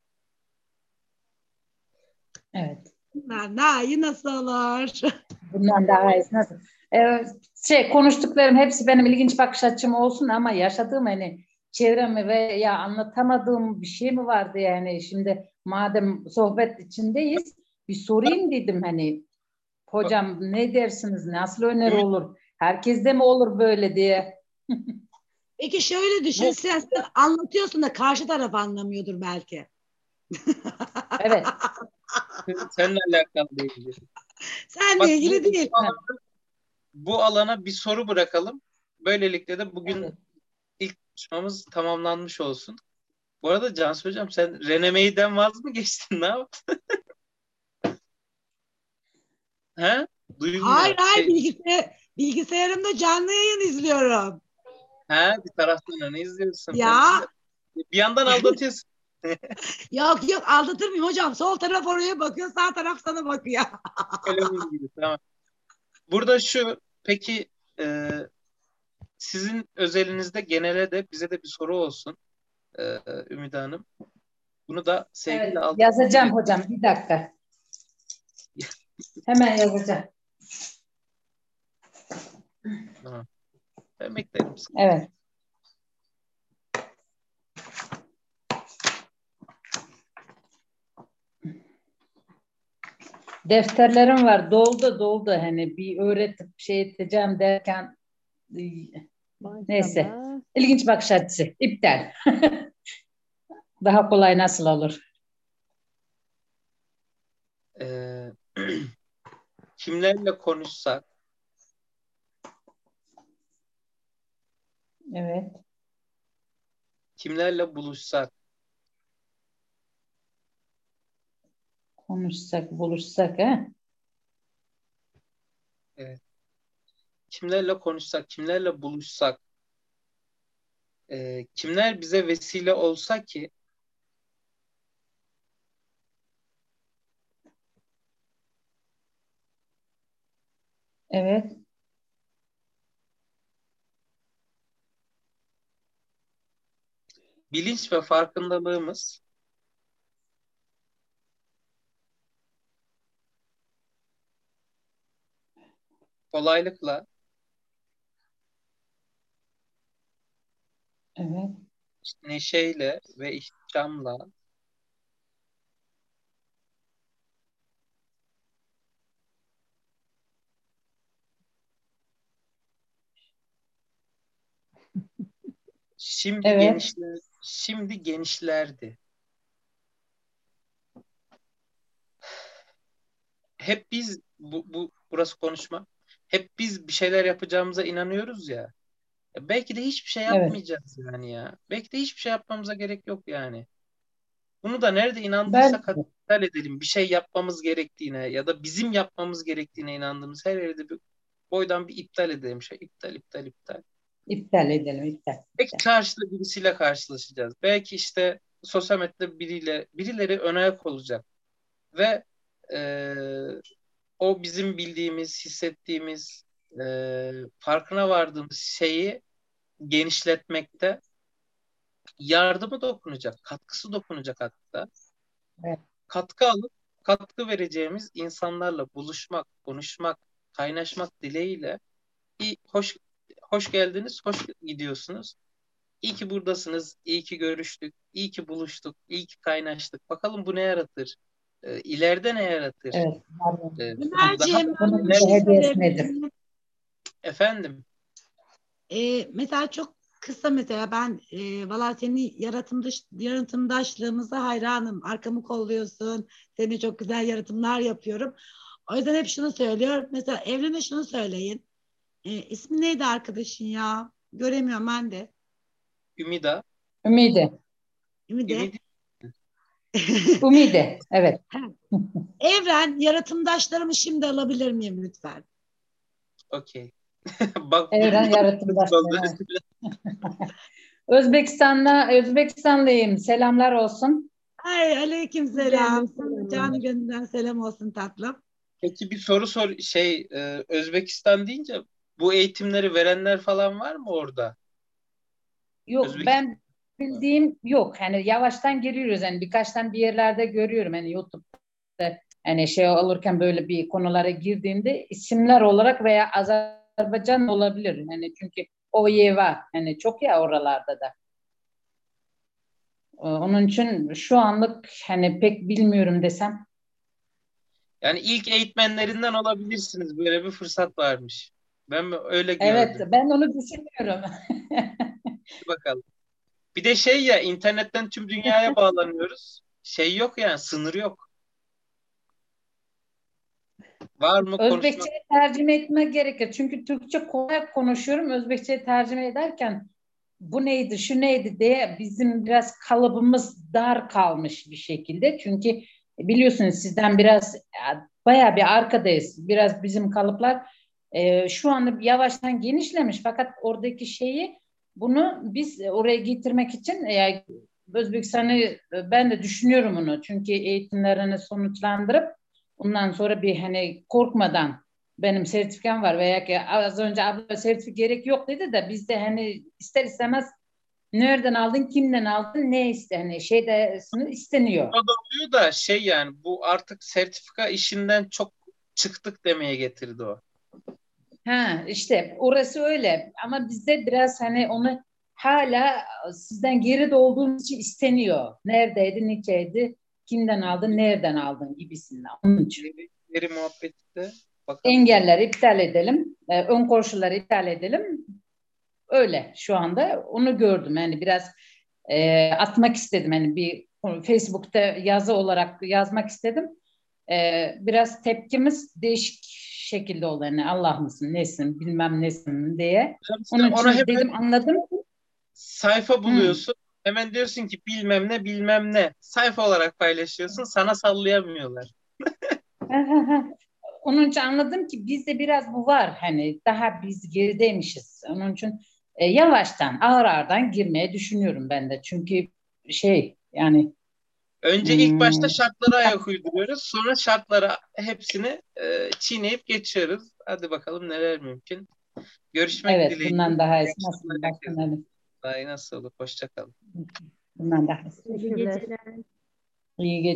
Evet. Bunlar daha iyi nasıl olur? Bundan daha iyisi nasıl? Konuştuklarım hepsi benim ilginç bakış açım olsun ama yaşadığım hani çevremi ve ya anlatamadığım bir şey mi vardı yani şimdi madem sohbet içindeyiz bir sorayım dedim hani hocam ne dersiniz nasıl öneri olur herkeste mi olur böyle diye. Peki şöyle düşün, sen anlatıyorsun da karşı taraf anlamıyordur belki. Evet. Seninle alakalı değil. Seninle Bak ilgili değil. bu alana bir soru bırakalım. Böylelikle de bugün Evet. ilk konuşmamız tamamlanmış olsun. Bu arada Cansu Hocam sen Reneme'den vaz mı geçtin? Ne yaptın? He? Hayır Duyulmuyor. bilgisayarımda canlı yayın izliyorum. Bir taraftan onu izliyorsun. Ben Ya bir yandan aldatıyorsun. yok aldatır mıyım hocam? Sol taraf oraya bakıyor, sağ taraf sana bakıyor. Öyle gibi. Tamam. Burada peki sizin özelinizde genele de bize de bir soru olsun Ümide Hanım. Bunu da sevgili Evet, Altın. yazacağım hocam bir dakika. Hemen yazacağım. Tamam. Ben beklerim. Evet. Defterlerim var doldu hani bir öğretip şey edeceğim derken neyse Maşallah. ilginç bakış açısı iptal. Daha kolay nasıl olur? Ee, kimlerle konuşsak, Evet. kimlerle buluşsak, Konuşsak, buluşsak ha? evet, kimlerle konuşsak, kimlerle buluşsak, kimler bize vesile olsa ki Evet. bilinç ve farkındalığımız kolaylıkla, Evet. neşeyle ve ihtişamla Şimdi Evet. şimdi gençlerdi. Hep biz burası konuşma. Hep biz bir şeyler yapacağımıza inanıyoruz ya. Belki de hiçbir şey Evet. yapmayacağız yani ya. Belki de hiçbir şey yapmamıza gerek yok yani. Bunu da nerede inandıysak hadi Belki. iptal edelim. Bir şey yapmamız gerektiğine ya da bizim yapmamız gerektiğine inandığımız her yerde bir boydan bir iptal edelim. İptal. İptal edelim. İptal. Belki çarşıda birisiyle karşılaşacağız. Belki işte sosyal medyada birileri ön ayak olacak. Ve o bizim bildiğimiz, hissettiğimiz, farkına vardığımız şeyi genişletmekte yardımı dokunacak, katkısı dokunacak hatta. Evet. Katkı vereceğimiz insanlarla buluşmak, konuşmak, kaynaşmak dileğiyle hoş geldiniz, hoş gidiyorsunuz. İyi ki buradasınız, iyi ki görüştük, iyi ki buluştuk, iyi ki kaynaştık. Bakalım bu ne yaratır? İleride ne yaratır? Evet. Ömerciğim, ben Bunun bir şey hediyesi söyleyebilir nedir? miyim? Efendim, Mesela çok kısa, mesela ben valla senin yaratımdaşlığımıza hayranım. Arkamı kolluyorsun. Seni çok güzel yaratımlar yapıyorum. O yüzden hep şunu söylüyorum. Mesela Evren'e şunu söyleyin. İsmi neydi arkadaşın ya? Göremiyorum ben de. Ümida, Ümidi. Ümide. Ümidi, Ümidi. Evet. Evren, yaratımdaşlarımı şimdi alabilir miyim lütfen? okey. Bak, Evren yaratımdaşları. Özbekistanlıyım. Selamlar olsun. Ay, aleyküm selam. Selam. Canı gönülden selam olsun tatlım. Peki bir soru Özbekistan deyince bu eğitimleri verenler falan var mı orada? Yok, Özbekistan. ben bildiğim yok. Hani yavaştan giriyoruz. Yani birkaçtan bir yerlerde görüyorum. Hani YouTube'da hani şey olurken böyle bir konulara girdiğimde isimler olarak veya Azerbaycan olabilir. Yani çünkü o yeva hani çok ya oralarda da. Onun için şu anlık hani pek bilmiyorum desem. Yani ilk eğitmenlerinden olabilirsiniz. Böyle bir fırsat varmış. Ben öyle Evet, gördüm. ben onu düşünüyorum. Hadi bakalım. Bir de ya, internetten tüm dünyaya bağlanıyoruz. Şey yok yani, sınır yok. Var mı konuşmak? Özbekçe'ye tercüme etmek gerekir. Çünkü Türkçe kolay konuşuyorum. Özbekçe'ye tercüme ederken bu neydi, şu neydi diye bizim biraz kalıbımız dar kalmış bir şekilde. Çünkü biliyorsunuz sizden biraz bayağı bir arkadayız. Biraz bizim kalıplar şu anda yavaştan genişlemiş. Fakat oradaki bunu biz oraya getirmek için Özbekistan'ı ben de düşünüyorum onu. Çünkü eğitimlerini sonuçlandırıp ondan sonra bir hani korkmadan benim sertifikam var veya ki az önce abla sertifik gerek yok dedi de biz de hani ister istemez nereden aldın, kimden aldın, ne hani isteniyor. O da oluyor da yani, bu artık sertifika işinden çok çıktık demeye getirdi o. Ha işte orası öyle ama bizde biraz hani onu hala sizden geride olduğumuz için isteniyor. Neredeydi, niçeydi, kimden aldın, nereden aldın gibisinden. Onun için. Veri muhabbeti de bakalım. Engelleri iptal edelim, ön koşulları iptal edelim. Öyle şu anda onu gördüm. Yani biraz atmak istedim. Yani bir Facebook'ta yazı olarak yazmak istedim. Biraz tepkimiz değişik şekilde oldu. Yani Allah mısın, nesin, bilmem nesin diye. İşte Onun ona için hemen dedim anladım. sayfa buluyorsun. Hemen diyorsun ki bilmem ne bilmem ne. Sayfa olarak paylaşıyorsun. Sana sallayamıyorlar. Onun için anladım ki bizde biraz bu var. Hani daha biz gerideymişiz. Onun için yavaştan, ağır ağırdan girmeye düşünüyorum ben de. Çünkü yani Önce ilk başta şartlara ayak uyduruyoruz. Sonra şartlara hepsini çiğneyip geçiyoruz. Hadi bakalım neler mümkün. Görüşmek evet dileğiyle. bundan daha İyi iyisi nasıl? akşamlar herkese. Daha iyi nasıl olur? Hoşça kalın. Bundan daha iyisi. İyi geceler. İyi geceler.